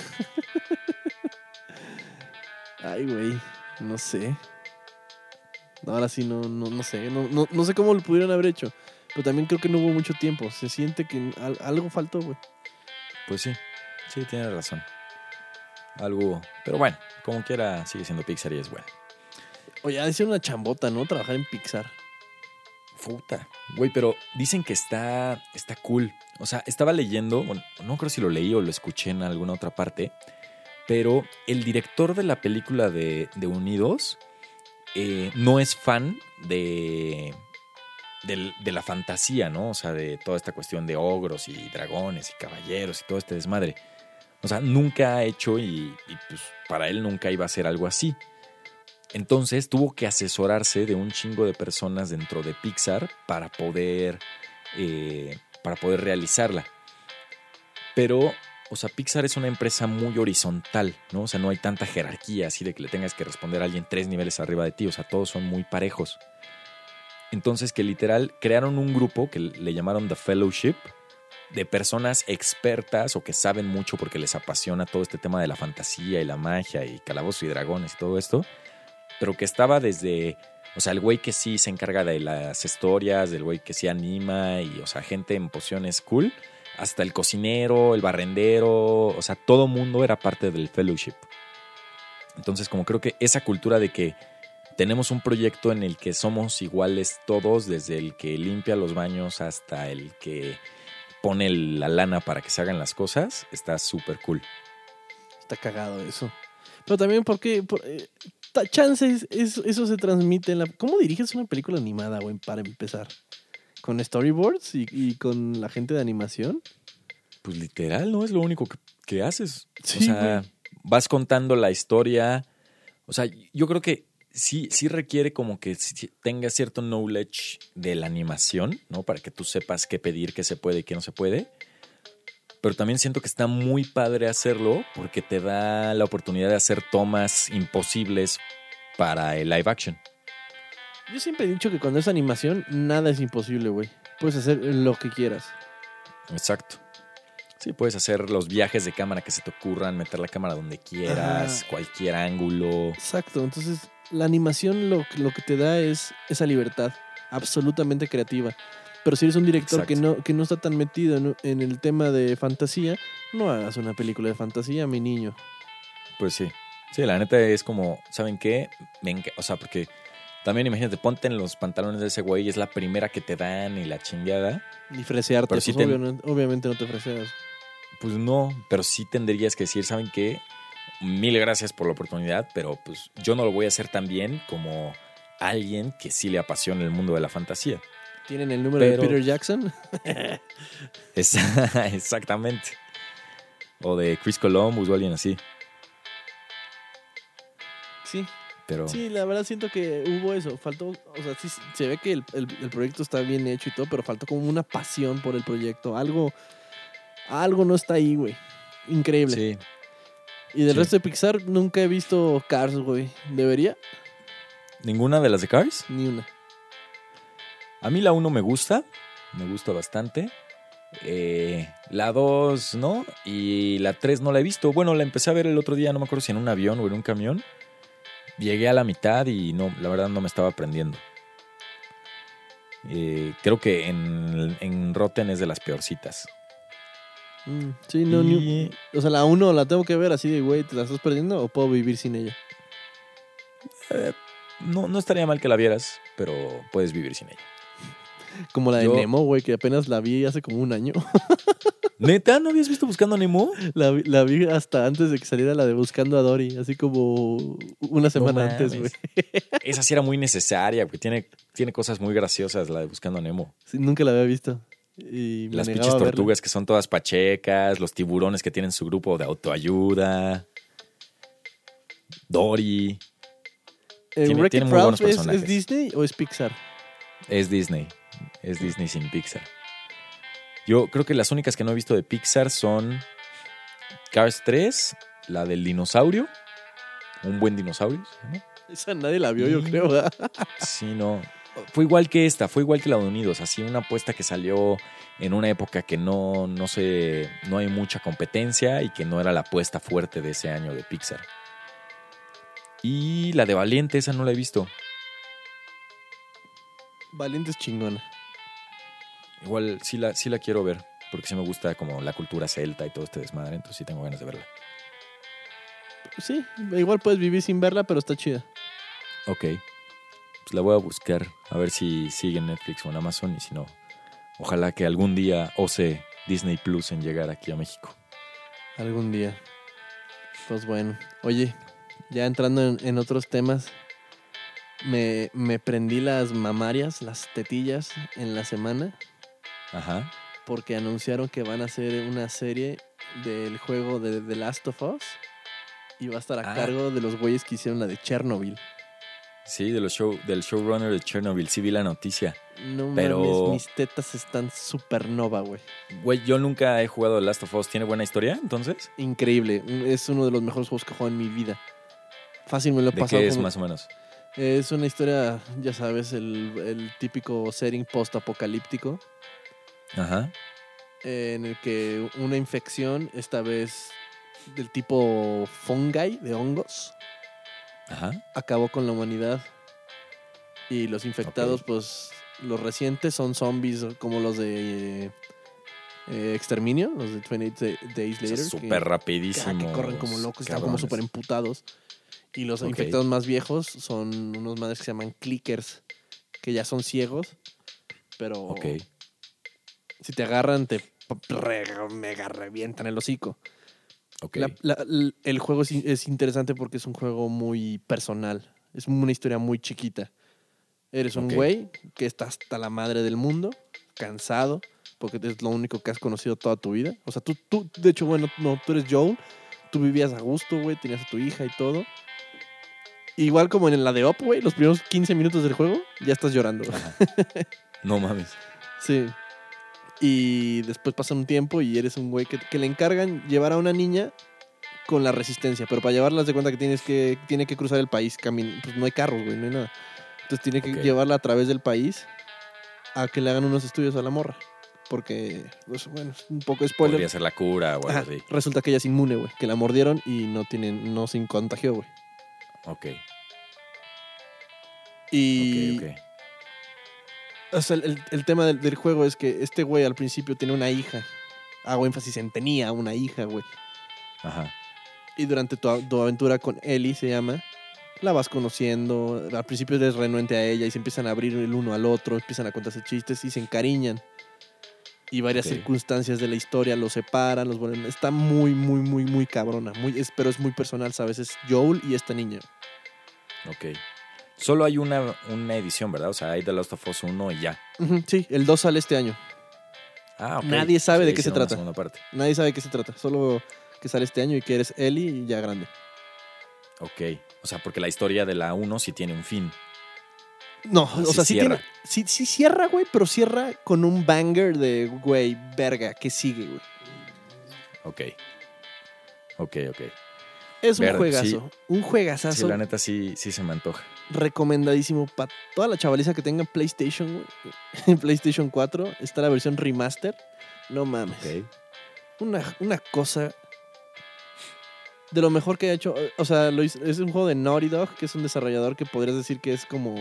[SPEAKER 2] Ay, güey, no sé. Ahora sí no sé. No sé cómo lo pudieron haber hecho. Pero también creo que no hubo mucho tiempo. Se siente que algo faltó, güey.
[SPEAKER 1] Pues sí, sí, tienes razón. Algo, pero bueno, como quiera, sigue siendo Pixar y es bueno.
[SPEAKER 2] Oye, ha de ser una chambota, ¿no? Trabajar en Pixar.
[SPEAKER 1] Puta, güey, pero dicen que está cool. O sea, estaba leyendo, bueno, no creo si lo leí o lo escuché en alguna otra parte, pero el director de la película de Unidos no es fan de la fantasía, ¿no? O sea, de toda esta cuestión de ogros y dragones y caballeros y todo este desmadre. O sea, nunca ha hecho y pues para él nunca iba a ser algo así. Entonces tuvo que asesorarse de un chingo de personas dentro de Pixar para poder realizarla. Pero, o sea, Pixar es una empresa muy horizontal, ¿no? O sea, no hay tanta jerarquía así de que le tengas que responder a alguien 3 niveles arriba de ti. O sea, todos son muy parejos. Entonces, que literal crearon un grupo que le llamaron The Fellowship, de personas expertas o que saben mucho porque les apasiona todo este tema de la fantasía y la magia y calabozos y dragones y todo esto, pero que estaba desde, o sea, el güey que sí se encarga de las historias, del güey que sí anima y, o sea, gente en pociones cool, hasta el cocinero, el barrendero, o sea, todo mundo era parte del fellowship. Entonces, como creo que esa cultura de que tenemos un proyecto en el que somos iguales todos, desde el que limpia los baños hasta el que pone la lana para que se hagan las cosas, está súper cool.
[SPEAKER 2] Está cagado eso. Pero también porque... chances, eso se transmite en la... ¿Cómo diriges una película animada, güey, para empezar? ¿Con storyboards y con la gente de animación?
[SPEAKER 1] Pues literal, ¿no? Es lo único que haces. O
[SPEAKER 2] Sí, güey.
[SPEAKER 1] sea, vas contando la historia. O sea, yo creo que sí requiere como que tengas cierto knowledge de la animación, ¿no? Para que tú sepas qué pedir, qué se puede y qué no se puede. Pero también siento que está muy padre hacerlo porque te da la oportunidad de hacer tomas imposibles para el live action.
[SPEAKER 2] Yo siempre he dicho que cuando es animación, nada es imposible, güey. Puedes hacer lo que quieras.
[SPEAKER 1] Exacto. Sí, puedes hacer los viajes de cámara que se te ocurran, meter la cámara donde quieras,
[SPEAKER 2] Ajá.
[SPEAKER 1] cualquier ángulo.
[SPEAKER 2] Exacto. Entonces, la animación lo que te da es esa libertad absolutamente creativa. Pero si eres un director
[SPEAKER 1] Exacto.
[SPEAKER 2] que no está tan metido en el tema de fantasía, no hagas una película de fantasía, mi niño.
[SPEAKER 1] Pues sí. Sí, la neta es como, ¿saben qué? O sea, porque también imagínate, ponte en los pantalones de ese güey, es la primera que te dan y la chingada.
[SPEAKER 2] Ni fresearte,
[SPEAKER 1] Pero sí
[SPEAKER 2] pues obviamente no te freseas.
[SPEAKER 1] pues no, pero sí tendrías que decir, ¿saben qué? Mil gracias por la oportunidad, pero pues yo no lo voy a hacer tan bien como alguien que sí le apasiona el mundo de la fantasía.
[SPEAKER 2] ¿Tienen el número de
[SPEAKER 1] Pero
[SPEAKER 2] Peter Jackson?
[SPEAKER 1] es, exactamente. O de Chris Columbus o alguien así.
[SPEAKER 2] Sí,
[SPEAKER 1] Pero
[SPEAKER 2] sí, la verdad siento que hubo eso. Faltó, o sea, sí se ve que el proyecto está bien hecho y todo, pero faltó como una pasión por el proyecto. Algo no está ahí, güey. Increíble.
[SPEAKER 1] sí,
[SPEAKER 2] Y del
[SPEAKER 1] sí.
[SPEAKER 2] resto de Pixar nunca he visto Cars, güey. ¿Debería?
[SPEAKER 1] ¿Ninguna de las de Cars?
[SPEAKER 2] Ni una.
[SPEAKER 1] A mí la uno me gusta bastante. La 2, ¿no? Y la 3 no la he visto. Bueno, la empecé a ver el otro día, no me acuerdo si en un avión o en un camión. Llegué a la mitad y no, la verdad no me estaba aprendiendo. Creo que en Rotten es de las peorcitas.
[SPEAKER 2] Sí, no, o sea, la 1 la tengo que ver así de, güey, ¿te la estás perdiendo o puedo vivir sin ella?
[SPEAKER 1] No estaría mal que la vieras, pero puedes vivir sin ella.
[SPEAKER 2] Como la de Nemo, güey, que apenas la vi hace como un año.
[SPEAKER 1] ¿Neta? ¿No habías visto Buscando a Nemo?
[SPEAKER 2] La vi hasta antes de que saliera la de Buscando a Dory, así como una semana antes, güey.
[SPEAKER 1] Esa sí era muy necesaria, porque tiene cosas muy graciosas, la de Buscando a Nemo.
[SPEAKER 2] Sí, nunca la había visto. Y me
[SPEAKER 1] las
[SPEAKER 2] negaba
[SPEAKER 1] pinches
[SPEAKER 2] a verla.
[SPEAKER 1] tortugas que son todas pachecas, los tiburones que tienen su grupo de autoayuda, Dory. Tiene muy buenos personajes.
[SPEAKER 2] ¿Es Disney o es Pixar?
[SPEAKER 1] Es Disney sin Pixar. Yo creo que las únicas que no he visto de Pixar son Cars 3, la del dinosaurio, un buen dinosaurio, ¿se llama?
[SPEAKER 2] Esa nadie la vio, yo creo, ¿verdad?
[SPEAKER 1] Sí, no. Fue igual que esta, fue igual que la de Unidos, así una apuesta que salió en una época que no hay mucha competencia y que no era la apuesta fuerte de ese año de Pixar. Y la de Valiente, esa no la he visto.
[SPEAKER 2] Valiente es chingona.
[SPEAKER 1] Igual sí la quiero ver, porque sí me gusta como la cultura celta y todo este desmadre, entonces sí tengo ganas de verla.
[SPEAKER 2] Sí, igual puedes vivir sin verla, pero está chida.
[SPEAKER 1] Ok, pues la voy a buscar, a ver si sigue en Netflix o en Amazon, y si no, ojalá que algún día ose Disney Plus en llegar aquí a México.
[SPEAKER 2] Algún día. Pues bueno, oye, ya entrando en otros temas, me prendí las mamarias, las tetillas en la semana.
[SPEAKER 1] Ajá.
[SPEAKER 2] Porque anunciaron que van a hacer una serie del juego de The Last of Us y va a estar a cargo de los güeyes que hicieron la de Chernobyl.
[SPEAKER 1] Sí, del showrunner de Chernobyl, sí vi la noticia.
[SPEAKER 2] No mames, mis tetas están supernova, güey.
[SPEAKER 1] Güey, yo nunca he jugado The Last of Us. ¿Tiene buena historia, entonces?
[SPEAKER 2] Increíble, es uno de los mejores juegos que he jugado en mi vida. Fácil me lo he pasado.
[SPEAKER 1] ¿De qué es más o menos?
[SPEAKER 2] Es una historia, ya sabes, el típico setting post-apocalíptico.
[SPEAKER 1] Ajá.
[SPEAKER 2] En el que una infección, esta vez del tipo fungi, de hongos,
[SPEAKER 1] ajá,
[SPEAKER 2] acabó con la humanidad. Y los infectados, pues, los recientes son zombies como los de Exterminio, los de 28 Days Later.
[SPEAKER 1] Súper rapidísimos.
[SPEAKER 2] Que corren como locos, están como súper emputados. Y los infectados más viejos son unos madres que se llaman clickers, que ya son ciegos, pero si te agarran te mega revientan el hocico. El juego es interesante porque es un juego muy personal. Es una historia muy chiquita. Eres un güey que está hasta la madre del mundo, cansado, porque es lo único que has conocido toda tu vida. O sea, tú de hecho, bueno, no, tú eres Joel, tú vivías a gusto, güey, tenías a tu hija y todo. Igual como en la de Up, güey, los primeros 15 minutos del juego, ya estás llorando.
[SPEAKER 1] No mames.
[SPEAKER 2] Sí. Y después pasa un tiempo y eres un güey que le encargan llevar a una niña con la resistencia. Pero para llevarla, haz de cuenta que tiene que cruzar el país. Pues no hay carros, güey, no hay nada. Entonces tiene que llevarla a través del país a que le hagan unos estudios a la morra. Porque, pues, bueno, es un poco spoiler.
[SPEAKER 1] Podría ser la cura o algo así.
[SPEAKER 2] Resulta que ella es inmune, güey. Que la mordieron y no se contagió, güey.
[SPEAKER 1] Ok.
[SPEAKER 2] Y... O sea, el tema del juego es que este güey al principio tiene una hija. Hago énfasis en tenía una hija, güey.
[SPEAKER 1] Ajá.
[SPEAKER 2] Y durante tu aventura con Ellie, se llama, la vas conociendo. Al principio eres renuente a ella y se empiezan a abrir el uno al otro, empiezan a contarse chistes y se encariñan. Y varias circunstancias de la historia los separan, los vuelven. Está muy, muy, muy, muy cabrona. Pero es muy personal, ¿sabes? Es Joel y esta niña.
[SPEAKER 1] Ok. Solo hay una edición, ¿verdad? O sea, hay The Last of Us 1 y ya.
[SPEAKER 2] Sí, el 2 sale este año.
[SPEAKER 1] Ah, ok.
[SPEAKER 2] Nadie sabe de qué se trata.
[SPEAKER 1] Nadie
[SPEAKER 2] sabe de qué se trata. Solo que sale este año y que eres Ellie y ya grande.
[SPEAKER 1] Ok. O sea, porque la historia de la 1 sí tiene un fin.
[SPEAKER 2] No, o sea, sí cierra. Sí cierra, güey, pero cierra con un banger de, güey, verga, que sigue, güey.
[SPEAKER 1] Ok.
[SPEAKER 2] Es un juegazo. Sí, un juegazazo.
[SPEAKER 1] Sí, la neta sí se me antoja.
[SPEAKER 2] Recomendadísimo para toda la chavaliza que tenga PlayStation, güey. En PlayStation 4 está la versión remaster. No mames.
[SPEAKER 1] Ok.
[SPEAKER 2] Una cosa de lo mejor que ha hecho. O sea, es un juego de Naughty Dog, que es un desarrollador que podrías decir que es como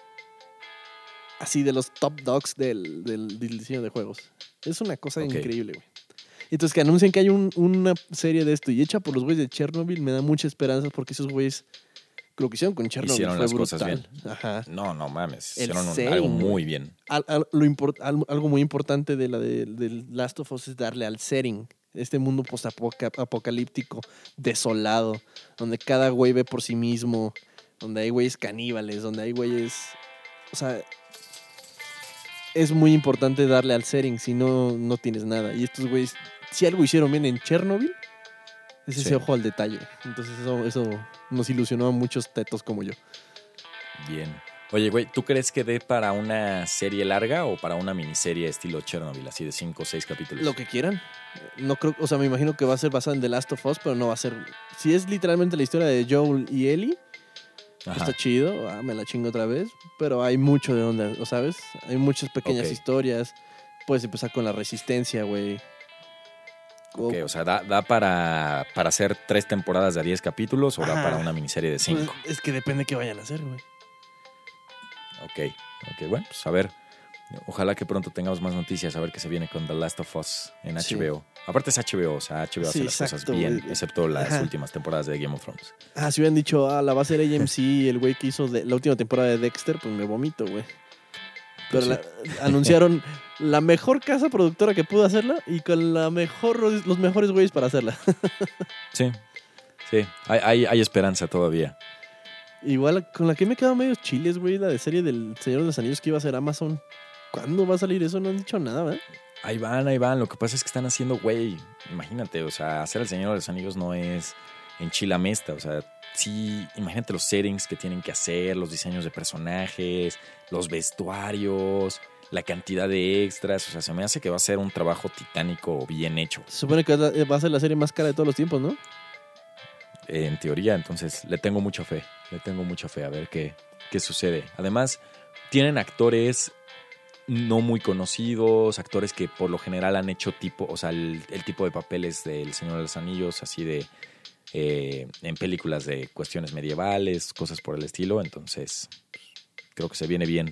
[SPEAKER 2] así de los top dogs del diseño de juegos. Es una cosa
[SPEAKER 1] Ok.
[SPEAKER 2] increíble, güey. Entonces que anuncien que hay una serie de esto y hecha por los güeyes de Chernobyl me da mucha esperanza porque esos güeyes lo que hicieron con Chernobyl
[SPEAKER 1] Hicieron
[SPEAKER 2] fue
[SPEAKER 1] las cosas
[SPEAKER 2] brutal.
[SPEAKER 1] bien.
[SPEAKER 2] Ajá.
[SPEAKER 1] No mames.
[SPEAKER 2] El
[SPEAKER 1] Hicieron algo
[SPEAKER 2] setting,
[SPEAKER 1] muy
[SPEAKER 2] güey.
[SPEAKER 1] bien.
[SPEAKER 2] Algo muy importante del Last of Us es darle al setting. Este mundo post-apocalíptico, desolado, donde cada güey ve por sí mismo, donde hay güeyes caníbales, donde hay güeyes... O sea, es muy importante darle al setting, si no, no tienes nada. Y estos güeyes, si algo hicieron bien en Chernobyl, es ese
[SPEAKER 1] Sí.
[SPEAKER 2] ojo al detalle. Entonces eso nos ilusionó a muchos tetos como yo.
[SPEAKER 1] Bien. Oye, güey, ¿tú crees que dé para una serie larga o para una miniserie estilo Chernobyl, así de 5 o 6 capítulos?
[SPEAKER 2] Lo que quieran. No creo, o sea, me imagino que va a ser basado en The Last of Us, pero no va a ser. Si es literalmente la historia de Joel y Ellie,
[SPEAKER 1] Ajá.
[SPEAKER 2] está chido, me la chingo otra vez. Pero hay mucho de donde, ¿lo sabes? Hay muchas pequeñas
[SPEAKER 1] Ok.
[SPEAKER 2] historias. Puedes empezar con la resistencia, güey.
[SPEAKER 1] Ok, o sea, ¿da para hacer 3 temporadas de 10 capítulos o da
[SPEAKER 2] Ajá.
[SPEAKER 1] para una miniserie de 5?
[SPEAKER 2] Pues, es que depende qué vayan a hacer, güey.
[SPEAKER 1] Ok, bueno, pues a ver. Ojalá que pronto tengamos más noticias, a ver qué se viene con The Last of Us en
[SPEAKER 2] Sí.
[SPEAKER 1] HBO. Aparte es HBO, o sea, HBO hace
[SPEAKER 2] Sí,
[SPEAKER 1] las cosas
[SPEAKER 2] exacto,
[SPEAKER 1] bien,
[SPEAKER 2] güey.
[SPEAKER 1] excepto las
[SPEAKER 2] Ajá.
[SPEAKER 1] últimas temporadas de Game of Thrones.
[SPEAKER 2] Si hubieran dicho, la va a ser AMC, el güey que hizo la última temporada de Dexter, pues me vomito, güey.
[SPEAKER 1] Pues
[SPEAKER 2] Pero
[SPEAKER 1] sí.
[SPEAKER 2] anunciaron la mejor casa productora que pudo hacerla y con los mejores güeyes para hacerla.
[SPEAKER 1] Sí, hay esperanza todavía.
[SPEAKER 2] Igual con la que me he quedado medio chiles, güey, la de serie del Señor de los Anillos que iba a ser Amazon. ¿Cuándo va a salir eso? No han dicho nada, ¿verdad?
[SPEAKER 1] Ahí van. Lo que pasa es que están haciendo, güey, imagínate, o sea, hacer El Señor de los Anillos no es enchilamesta, o sea, sí, imagínate los settings que tienen que hacer, los diseños de personajes, los vestuarios, la cantidad de extras, o sea, se me hace que va a ser un trabajo titánico bien hecho,
[SPEAKER 2] Se supone que va a ser la serie más cara de todos los tiempos, ¿no?
[SPEAKER 1] en teoría, entonces le tengo mucha fe a ver qué sucede. Además, tienen actores no muy conocidos, actores que por lo general han hecho o sea, el tipo de papeles del Señor de los Anillos, así de en películas de cuestiones medievales, cosas por el estilo, entonces creo que se viene bien.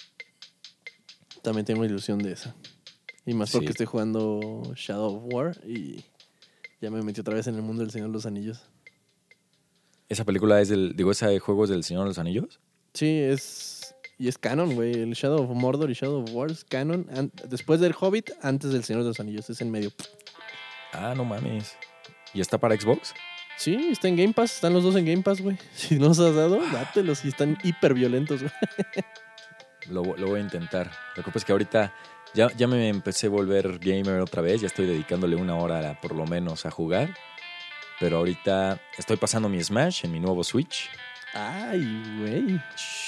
[SPEAKER 2] También tengo ilusión de esa. Y más
[SPEAKER 1] Sí.
[SPEAKER 2] porque estoy jugando Shadow of War y ya me metí otra vez en el mundo del Señor de los Anillos.
[SPEAKER 1] ¿Esa película ese juego es del Señor de los Anillos?
[SPEAKER 2] Sí, y es canon, güey. El Shadow of Mordor y Shadow of War es canon. Después del Hobbit, antes del Señor de los Anillos. Es en medio.
[SPEAKER 1] Ah, no mames. ¿Y está para Xbox?
[SPEAKER 2] Sí, está en Game Pass. Están los dos en Game Pass, güey. Si no los has dado, dátelos. Y están hiper violentos, güey.
[SPEAKER 1] Lo voy a intentar. Lo que pasa es que ahorita ya me empecé a volver gamer otra vez. Ya estoy dedicándole 1 hora por lo menos a jugar. Pero ahorita estoy pasando mi Smash en mi nuevo Switch.
[SPEAKER 2] Ay, güey.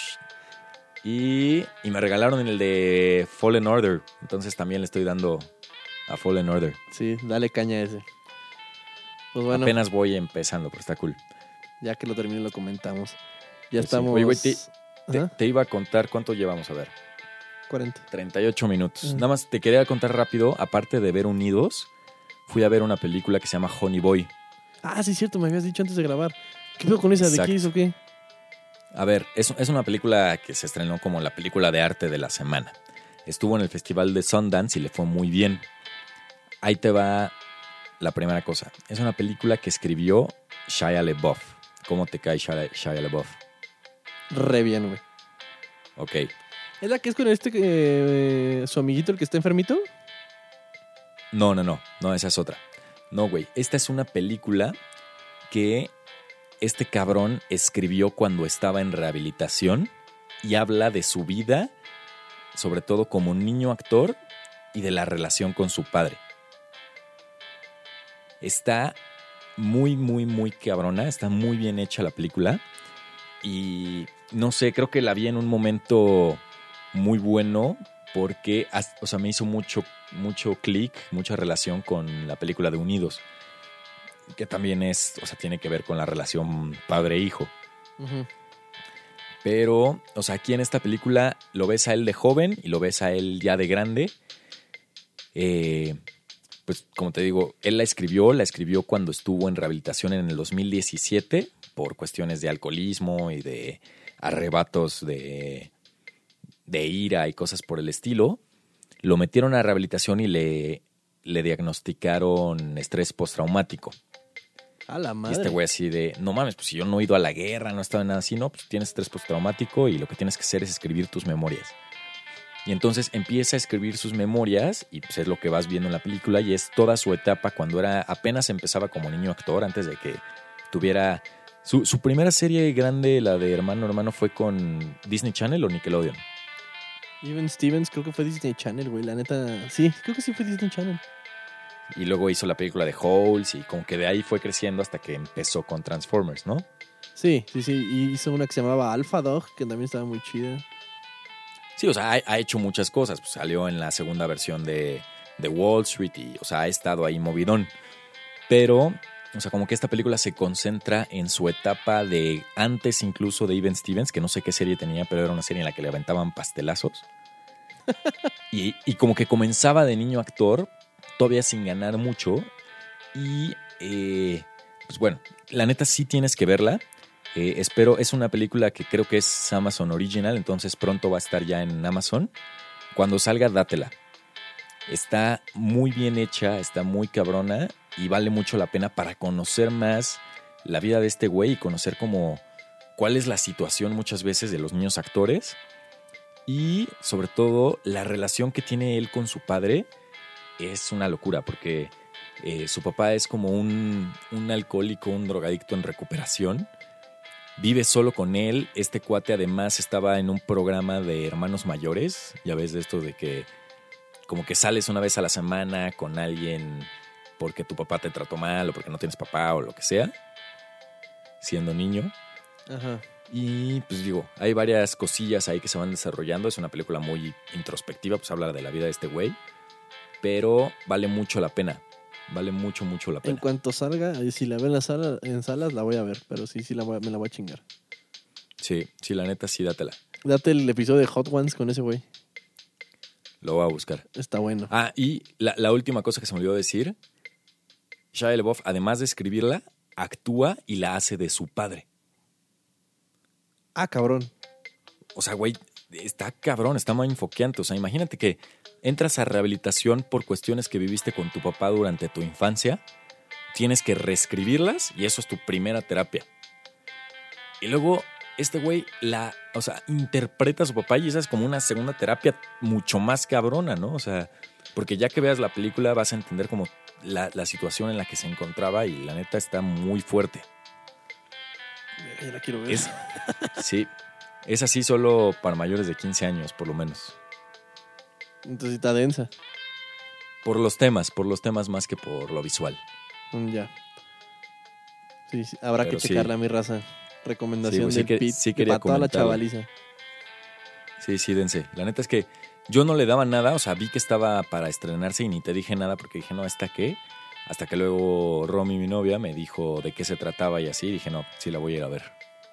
[SPEAKER 1] Y me regalaron el de Fallen Order. Entonces también le estoy dando a Fallen Order.
[SPEAKER 2] Sí, dale caña a ese. Pues bueno,
[SPEAKER 1] Apenas voy empezando, pero está cool.
[SPEAKER 2] ya que lo termine lo comentamos. Ya
[SPEAKER 1] Pues sí.
[SPEAKER 2] estamos...
[SPEAKER 1] Oye, güey,
[SPEAKER 2] Ajá,
[SPEAKER 1] te iba a contar cuánto llevamos a ver.
[SPEAKER 2] 40.
[SPEAKER 1] 38 minutos.
[SPEAKER 2] Ajá.
[SPEAKER 1] Nada más te quería contar rápido. Aparte de ver Unidos, fui a ver una película que se llama Honey Boy.
[SPEAKER 2] Sí, cierto, me habías dicho antes de grabar. ¿Qué pedo con esa? ¿De
[SPEAKER 1] Exacto.
[SPEAKER 2] qué hizo qué?
[SPEAKER 1] A ver, es una película que se estrenó como la película de arte de la semana. Estuvo en el Festival de Sundance y le fue muy bien. Ahí te va la primera cosa. Es una película que escribió Shia LaBeouf. ¿Cómo te cae Shia LaBeouf?
[SPEAKER 2] Re bien, güey.
[SPEAKER 1] Ok.
[SPEAKER 2] ¿Es la que es con su amiguito el que está enfermito?
[SPEAKER 1] No, esa es otra. No, güey, esta es una película que este cabrón escribió cuando estaba en rehabilitación y habla de su vida, sobre todo como niño actor y de la relación con su padre. Está muy cabrona, está muy bien hecha la película y no sé, creo que la vi en un momento muy bueno porque, o sea, me hizo mucho clic, mucha relación con la película de Unidos, que también tiene que ver con la relación padre-hijo.
[SPEAKER 2] Uh-huh.
[SPEAKER 1] Pero, o sea, aquí en esta película lo ves a él de joven y lo ves a él ya de grande. Pues como te digo, él la escribió cuando estuvo en rehabilitación en el 2017 por cuestiones de alcoholismo y de arrebatos de ira y cosas por el estilo. Lo metieron a rehabilitación y le diagnosticaron estrés postraumático.
[SPEAKER 2] A la
[SPEAKER 1] Y
[SPEAKER 2] madre.
[SPEAKER 1] este güey así de, no mames, pues si yo no he ido a la guerra, no he estado en nada así, no, pues tienes estrés postraumático y lo que tienes que hacer es escribir tus memorias. Y entonces empieza a escribir sus memorias y pues es lo que vas viendo en la película y es toda su etapa cuando apenas empezaba como niño actor, antes de que tuviera... Su primera serie grande, la de Hermano, fue con Disney Channel o Nickelodeon.
[SPEAKER 2] Even Stevens creo que fue Disney Channel, güey. La neta, sí, creo que sí fue Disney Channel.
[SPEAKER 1] Y luego hizo la película de Holes y como que de ahí fue creciendo hasta que empezó con Transformers, ¿no?
[SPEAKER 2] Sí. Y hizo una que se llamaba Alpha Dog, que también estaba muy chida.
[SPEAKER 1] Sí, o sea, ha hecho muchas cosas. Pues salió en la segunda versión de Wall Street y, o sea, ha estado ahí movidón. Pero, o sea, como que esta película se concentra en su etapa de antes incluso de Even Stevens, que no sé qué serie tenía, pero era una serie en la que le aventaban pastelazos. Y como que comenzaba de niño actor, todavía sin ganar mucho. Y, pues bueno, la neta sí tienes que verla. Espero, es una película que creo que es Amazon Original, entonces pronto va a estar ya en Amazon. Cuando salga, dátela. Está muy bien hecha, está muy cabrona y vale mucho la pena para conocer más la vida de este güey y conocer como cuál es la situación muchas veces de los niños actores y sobre todo la relación que tiene él con su padre es una locura porque su papá es como un alcohólico, un drogadicto en recuperación. Vive solo con él. Este cuate además estaba en un programa de hermanos mayores. Ya ves de esto de que como que sales una vez a la semana con alguien porque tu papá te trató mal o porque no tienes papá o lo que sea, siendo niño.
[SPEAKER 2] Ajá.
[SPEAKER 1] Y pues digo, hay varias cosillas ahí que se van desarrollando. Es una película muy introspectiva, pues habla de la vida de este güey. Pero vale mucho la pena. Vale mucho, mucho la
[SPEAKER 2] En
[SPEAKER 1] pena.
[SPEAKER 2] cuanto salga, si la veo en salas, la voy a ver, pero sí, me la voy a chingar.
[SPEAKER 1] Sí, la neta sí, dátela.
[SPEAKER 2] Date el episodio de Hot Ones con ese güey.
[SPEAKER 1] Lo voy a buscar.
[SPEAKER 2] Está bueno.
[SPEAKER 1] Ah, y la última cosa que se me olvidó decir. Shia LaBeouf, además de escribirla, actúa y la hace de su padre.
[SPEAKER 2] Ah, cabrón.
[SPEAKER 1] O sea, güey, está cabrón, está muy enfoqueante. O sea, imagínate que entras a rehabilitación por cuestiones que viviste con tu papá durante tu infancia, tienes que reescribirlas y eso es tu primera terapia. Y luego este güey interpreta a su papá y esa es como una segunda terapia mucho más cabrona, ¿no? O sea, porque ya que veas la película vas a entender como la situación en la que se encontraba y la neta está muy fuerte.
[SPEAKER 2] Ya la quiero ver.
[SPEAKER 1] Sí, es así solo para mayores de 15 años, por lo menos.
[SPEAKER 2] Entonces está densa.
[SPEAKER 1] Por los temas más que por lo visual.
[SPEAKER 2] Ya. Sí, habrá
[SPEAKER 1] Pero
[SPEAKER 2] que checarla, mi raza. Recomendación
[SPEAKER 1] sí,
[SPEAKER 2] del Pete.
[SPEAKER 1] sí quería
[SPEAKER 2] para toda la
[SPEAKER 1] comentarla.
[SPEAKER 2] chavaliza.
[SPEAKER 1] Sí, dense. La neta es que yo no le daba nada, o sea, vi que estaba para estrenarse y ni te dije nada porque dije, no, ¿esta qué? Hasta que luego Romy, mi novia, me dijo de qué se trataba y así, dije, no, sí la voy a ir a ver.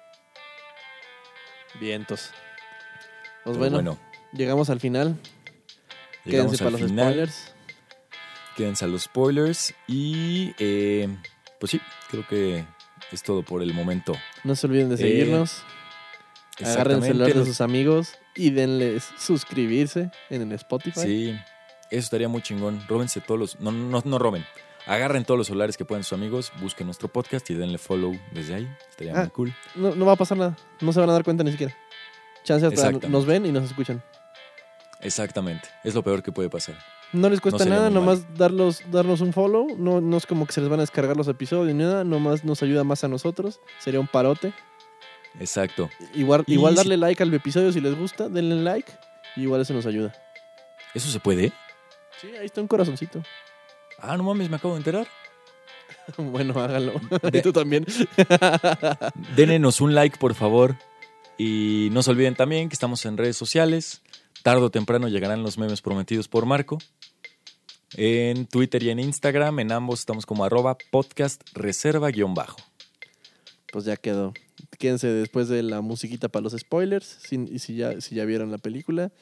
[SPEAKER 2] Vientos. Pues
[SPEAKER 1] Pero
[SPEAKER 2] bueno, llegamos al final. Quédense para los spoilers.
[SPEAKER 1] Quédense a los spoilers y pues sí, creo que es todo por el momento.
[SPEAKER 2] No se olviden de seguirnos. Agarren el celular de sus amigos y denles suscribirse en el Spotify.
[SPEAKER 1] Sí, eso estaría muy chingón. Róbense todos los... No roben. Agarren todos los celulares que puedan sus amigos, busquen nuestro podcast y denle follow desde ahí. Estaría muy cool.
[SPEAKER 2] No va a pasar nada. No se van a dar cuenta ni siquiera. Chance hasta nos ven y nos escuchan.
[SPEAKER 1] Exactamente. Es lo peor que puede pasar.
[SPEAKER 2] No les cuesta nada, nomás darnos un follow. No es como que se les van a descargar los episodios ni nada. Nomás nos ayuda más a nosotros. Sería un parote.
[SPEAKER 1] Exacto.
[SPEAKER 2] Igual darle like al episodio si les gusta. Denle like. Y igual eso nos ayuda.
[SPEAKER 1] ¿Eso se puede?
[SPEAKER 2] Sí, ahí está un corazoncito.
[SPEAKER 1] Ah, no mames, me acabo de enterar.
[SPEAKER 2] Bueno, háganlo. Tú también.
[SPEAKER 1] Dénenos un like, por favor. Y no se olviden también que estamos en redes sociales. Tarde o temprano llegarán los memes prometidos por Marco. En Twitter y en Instagram, en ambos estamos como @podcastreserva_.
[SPEAKER 2] Pues ya quedó. Quédense después de la musiquita para los spoilers. Si ya vieron la película.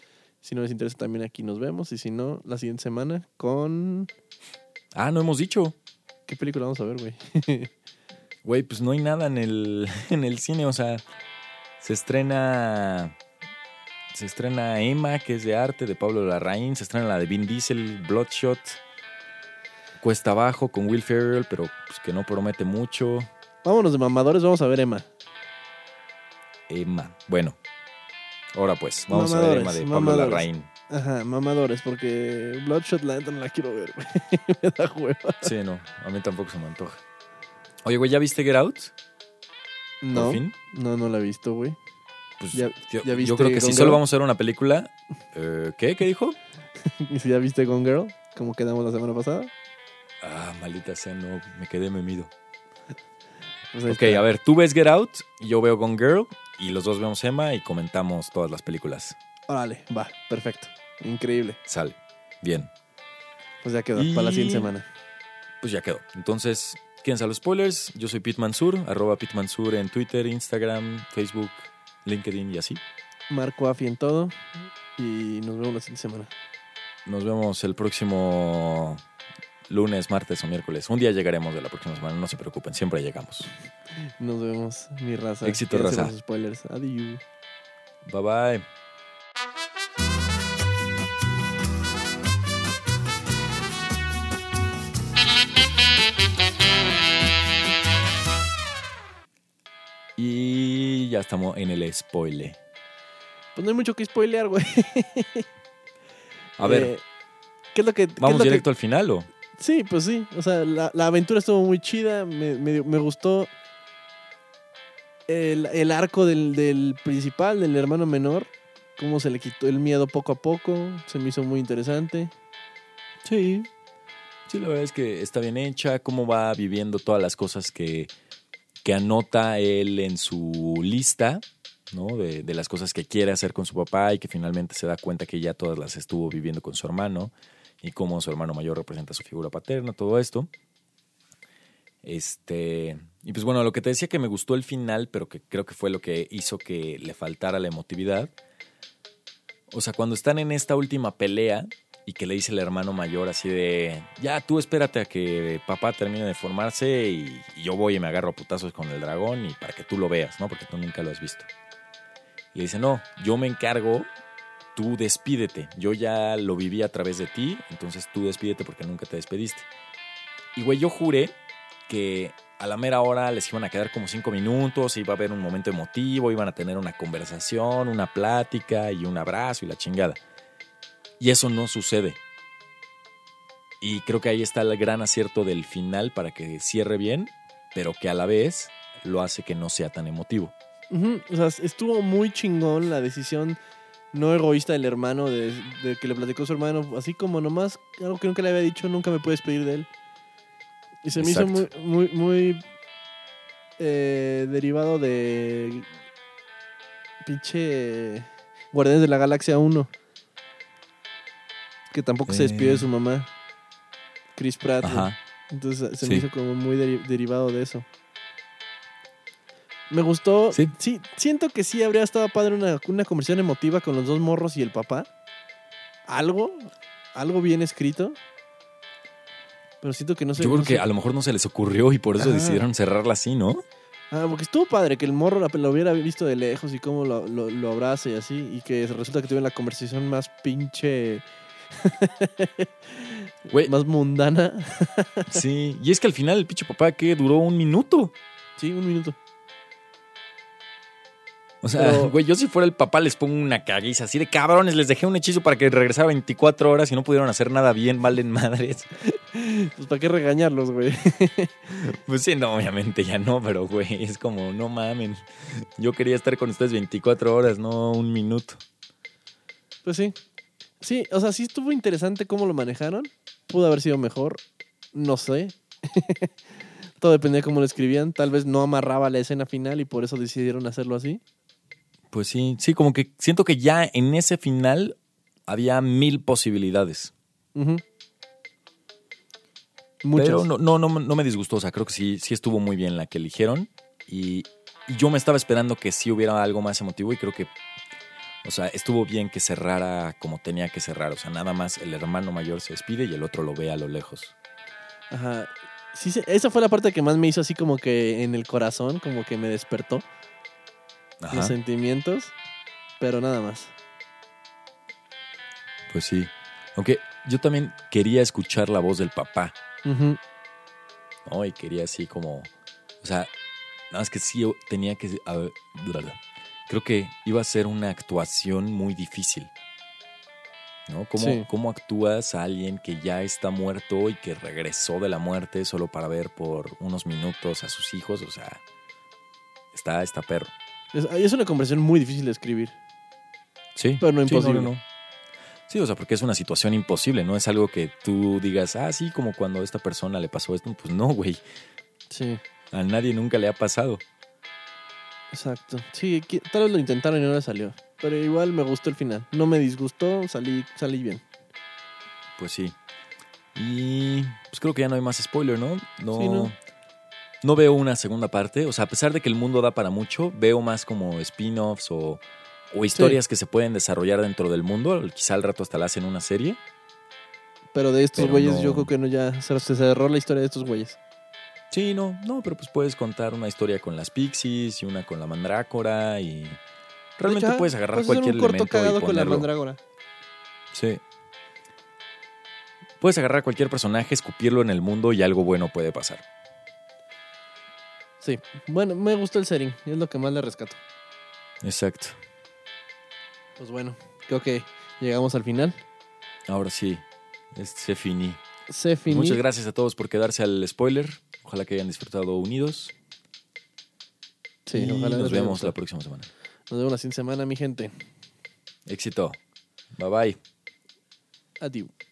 [SPEAKER 2] Si no les interesa, también aquí nos vemos. Y si no, la siguiente semana con...
[SPEAKER 1] No hemos dicho.
[SPEAKER 2] ¿Qué película vamos a ver, güey?
[SPEAKER 1] Güey, pues no hay nada en el cine. O sea, se estrena Emma, que es de arte, de Pablo Larraín. Se estrena la de Vin Diesel, Bloodshot. Cuesta Abajo con Will Ferrell, pero pues que no promete mucho.
[SPEAKER 2] Vámonos de mamadores, vamos a ver Emma.
[SPEAKER 1] Emma. Bueno, ahora pues, vamos a ver Emma de Pablo Larraín.
[SPEAKER 2] Ajá, mamadores, porque Bloodshot la neta no la quiero ver, güey. Me da hueva.
[SPEAKER 1] Sí, no, a mí tampoco se me antoja. Oye, güey, ¿ya viste Get Out?
[SPEAKER 2] No,
[SPEAKER 1] ¿Por fin?
[SPEAKER 2] no la he visto, güey.
[SPEAKER 1] Pues
[SPEAKER 2] ¿Ya
[SPEAKER 1] yo
[SPEAKER 2] viste
[SPEAKER 1] creo que si
[SPEAKER 2] Gone
[SPEAKER 1] solo
[SPEAKER 2] Girl?
[SPEAKER 1] vamos a ver una película... ¿Qué? ¿Qué dijo?
[SPEAKER 2] ¿Y si ya viste Gone Girl? ¿Cómo quedamos la semana pasada?
[SPEAKER 1] Maldita sea, no, me quedé memido.
[SPEAKER 2] Pues ahí
[SPEAKER 1] Ok,
[SPEAKER 2] está.
[SPEAKER 1] a ver, tú ves Get Out y yo veo Gone Girl y los dos vemos Emma y comentamos todas las películas.
[SPEAKER 2] Órale, va, perfecto. Increíble.
[SPEAKER 1] Sale. Bien.
[SPEAKER 2] Pues ya quedó,
[SPEAKER 1] Y-
[SPEAKER 2] para la siguiente semana.
[SPEAKER 1] Pues ya quedó. Entonces, quédense a los spoilers. Yo soy Pete Mansur, @PeteMansur en Twitter, Instagram, Facebook, LinkedIn y así.
[SPEAKER 2] Marco Afi en todo. Y nos vemos la siguiente semana.
[SPEAKER 1] Nos vemos el próximo lunes, martes o miércoles. Un día llegaremos de la próxima semana, no se preocupen, siempre llegamos.
[SPEAKER 2] Nos vemos, mi raza.
[SPEAKER 1] Éxito,
[SPEAKER 2] Quédense
[SPEAKER 1] raza.
[SPEAKER 2] con los spoilers. Adiós.
[SPEAKER 1] Bye bye. Y ya estamos en el spoiler.
[SPEAKER 2] Pues no hay mucho que spoilear, güey.
[SPEAKER 1] A ver,
[SPEAKER 2] ¿qué es lo que...
[SPEAKER 1] ¿vamos directo al final o?
[SPEAKER 2] Sí, pues sí. O sea, la aventura estuvo muy chida. Me gustó el arco del principal, del hermano menor. Cómo se le quitó el miedo poco a poco. Se me hizo muy interesante.
[SPEAKER 1] Sí. Sí, la verdad es que está bien hecha, cómo va viviendo todas las cosas que anota él en su lista, ¿no? De las cosas que quiere hacer con su papá y que finalmente se da cuenta que ya todas las estuvo viviendo con su hermano y cómo su hermano mayor representa su figura paterna, todo esto. Y pues bueno, lo que te decía que me gustó el final, pero que creo que fue lo que hizo que le faltara la emotividad. O sea, cuando están en esta última pelea y que le dice el hermano mayor así de, ya, tú espérate a que papá termine de formarse y yo voy y me agarro a putazos con el dragón y para que tú lo veas, ¿no? Porque tú nunca lo has visto. Y le dice, no, yo me encargo, tú despídete. Yo ya lo viví a través de ti, entonces tú despídete porque nunca te despediste. Y güey, yo juré que a la mera hora les iban a quedar como 5 minutos, iba a haber un momento emotivo, iban a tener una conversación, una plática y un abrazo y la chingada. Y eso no sucede. Y creo que ahí está el gran acierto del final para que cierre bien, pero que a la vez lo hace que no sea tan emotivo.
[SPEAKER 2] Ujú. O sea, estuvo muy chingón la decisión no egoísta del hermano de que le platicó a su hermano. Así como nomás algo que nunca le había dicho, nunca me puedes pedir de él. Y se me hizo
[SPEAKER 1] Exacto.
[SPEAKER 2] muy derivado de pinche Guardianes de la Galaxia 1. Que tampoco se despidió de su mamá. Chris Pratt. güey.
[SPEAKER 1] Ajá.
[SPEAKER 2] Entonces se
[SPEAKER 1] Sí.
[SPEAKER 2] me hizo como muy derivado de eso. Me gustó.
[SPEAKER 1] Sí.
[SPEAKER 2] Sí, siento que sí habría estado padre una conversación emotiva con los dos morros y el papá. Algo bien escrito. Pero siento que no sé.
[SPEAKER 1] Yo creo
[SPEAKER 2] no
[SPEAKER 1] que
[SPEAKER 2] sé.
[SPEAKER 1] a lo mejor no se les ocurrió y por eso
[SPEAKER 2] Ajá.
[SPEAKER 1] decidieron cerrarla así, ¿no?
[SPEAKER 2] Porque estuvo padre que el morro lo hubiera visto de lejos y cómo lo abraza y así. Y que resulta que tuvieron la conversación más pinche.
[SPEAKER 1] Güey.
[SPEAKER 2] Más mundana.
[SPEAKER 1] Sí. Y es que al final el pinche papá que duró 1 minuto.
[SPEAKER 2] Sí, 1 minuto.
[SPEAKER 1] O sea,
[SPEAKER 2] Pero-
[SPEAKER 1] güey, yo si fuera el papá les pongo una caguiza así de cabrones, les dejé un hechizo para que regresara 24 horas y no pudieron hacer nada bien, valen madres.
[SPEAKER 2] Pues para qué regañarlos, güey.
[SPEAKER 1] Pues sí, no, obviamente ya no, pero güey, es como, no mamen. Yo quería estar con ustedes 24 horas, no 1 minuto.
[SPEAKER 2] Pues sí. Sí, o sea, sí estuvo interesante cómo lo manejaron. Pudo haber sido mejor. No sé. Todo dependía de cómo lo escribían. Tal vez no amarraba la escena final y por eso decidieron hacerlo así.
[SPEAKER 1] Pues sí, como que siento que ya en ese final había 1000 posibilidades.
[SPEAKER 2] Ujú. Muchas.
[SPEAKER 1] Pero no me disgustó, o sea, creo que sí estuvo muy bien la que eligieron y yo me estaba esperando que sí hubiera algo más emotivo y creo que, o sea, estuvo bien que cerrara como tenía que cerrar. O sea, nada más el hermano mayor se despide y el otro lo ve a lo lejos.
[SPEAKER 2] Ajá. Sí, esa fue la parte que más me hizo así como que en el corazón, como que me despertó los
[SPEAKER 1] Ajá,
[SPEAKER 2] sentimientos, pero nada más.
[SPEAKER 1] pues sí. Aunque yo también quería escuchar la voz del papá,
[SPEAKER 2] Ujú.
[SPEAKER 1] ¿no? Y quería así como, o sea, nada más que sí yo tenía que, a ver, creo que iba a ser una actuación muy difícil, ¿no?
[SPEAKER 2] Sí.
[SPEAKER 1] ¿Cómo actúas a alguien que ya está muerto y que regresó de la muerte solo para ver por unos minutos a sus hijos? O sea, está perro.
[SPEAKER 2] Es una conversación muy difícil de escribir,
[SPEAKER 1] Sí,
[SPEAKER 2] pero no
[SPEAKER 1] sí, no, no,
[SPEAKER 2] imposible.
[SPEAKER 1] no. Sí, o sea, porque es una situación imposible, no es algo que tú digas, ah, sí, como cuando a esta persona le pasó esto. Pues no, güey,
[SPEAKER 2] Sí,
[SPEAKER 1] a nadie nunca le ha pasado.
[SPEAKER 2] exacto. Sí, tal vez lo intentaron y no le salió, pero igual me gustó el final. No me disgustó, salí bien.
[SPEAKER 1] Pues sí. Y pues creo que ya no hay más spoiler, ¿no?
[SPEAKER 2] Sí, ¿no?
[SPEAKER 1] No veo una segunda parte. O sea, a pesar de que el mundo da para mucho, veo más como spin-offs o
[SPEAKER 2] Sí,
[SPEAKER 1] historias que se pueden desarrollar dentro del mundo. Quizá al rato hasta la hacen una serie,
[SPEAKER 2] pero de estos
[SPEAKER 1] pero
[SPEAKER 2] güeyes yo
[SPEAKER 1] no.
[SPEAKER 2] creo que no, ya se cerró la historia de estos güeyes.
[SPEAKER 1] Sí, no, pero pues puedes contar una historia con las Pixies y una con la Mandrácora y
[SPEAKER 2] De hecho,
[SPEAKER 1] realmente puedes agarrar
[SPEAKER 2] puedes hacer un
[SPEAKER 1] cualquier
[SPEAKER 2] corto
[SPEAKER 1] elemento y
[SPEAKER 2] cagado con la
[SPEAKER 1] ponerlo.
[SPEAKER 2] mandrágora.
[SPEAKER 1] Sí. Puedes agarrar cualquier personaje, escupirlo en el mundo y algo bueno puede pasar.
[SPEAKER 2] Sí, bueno, me gustó el setting, es lo que más le rescato.
[SPEAKER 1] Exacto.
[SPEAKER 2] Pues bueno, creo que llegamos al final.
[SPEAKER 1] Ahora sí, se finí.
[SPEAKER 2] Se
[SPEAKER 1] Pues muchas
[SPEAKER 2] finí.
[SPEAKER 1] gracias a todos por quedarse al spoiler. Ojalá que hayan disfrutado unidos.
[SPEAKER 2] Sí,
[SPEAKER 1] Y
[SPEAKER 2] ojalá
[SPEAKER 1] nos
[SPEAKER 2] les haya
[SPEAKER 1] vemos la
[SPEAKER 2] gustado.
[SPEAKER 1] próxima semana.
[SPEAKER 2] Nos vemos la siguiente semana, mi gente.
[SPEAKER 1] Éxito. Bye bye.
[SPEAKER 2] Adiós.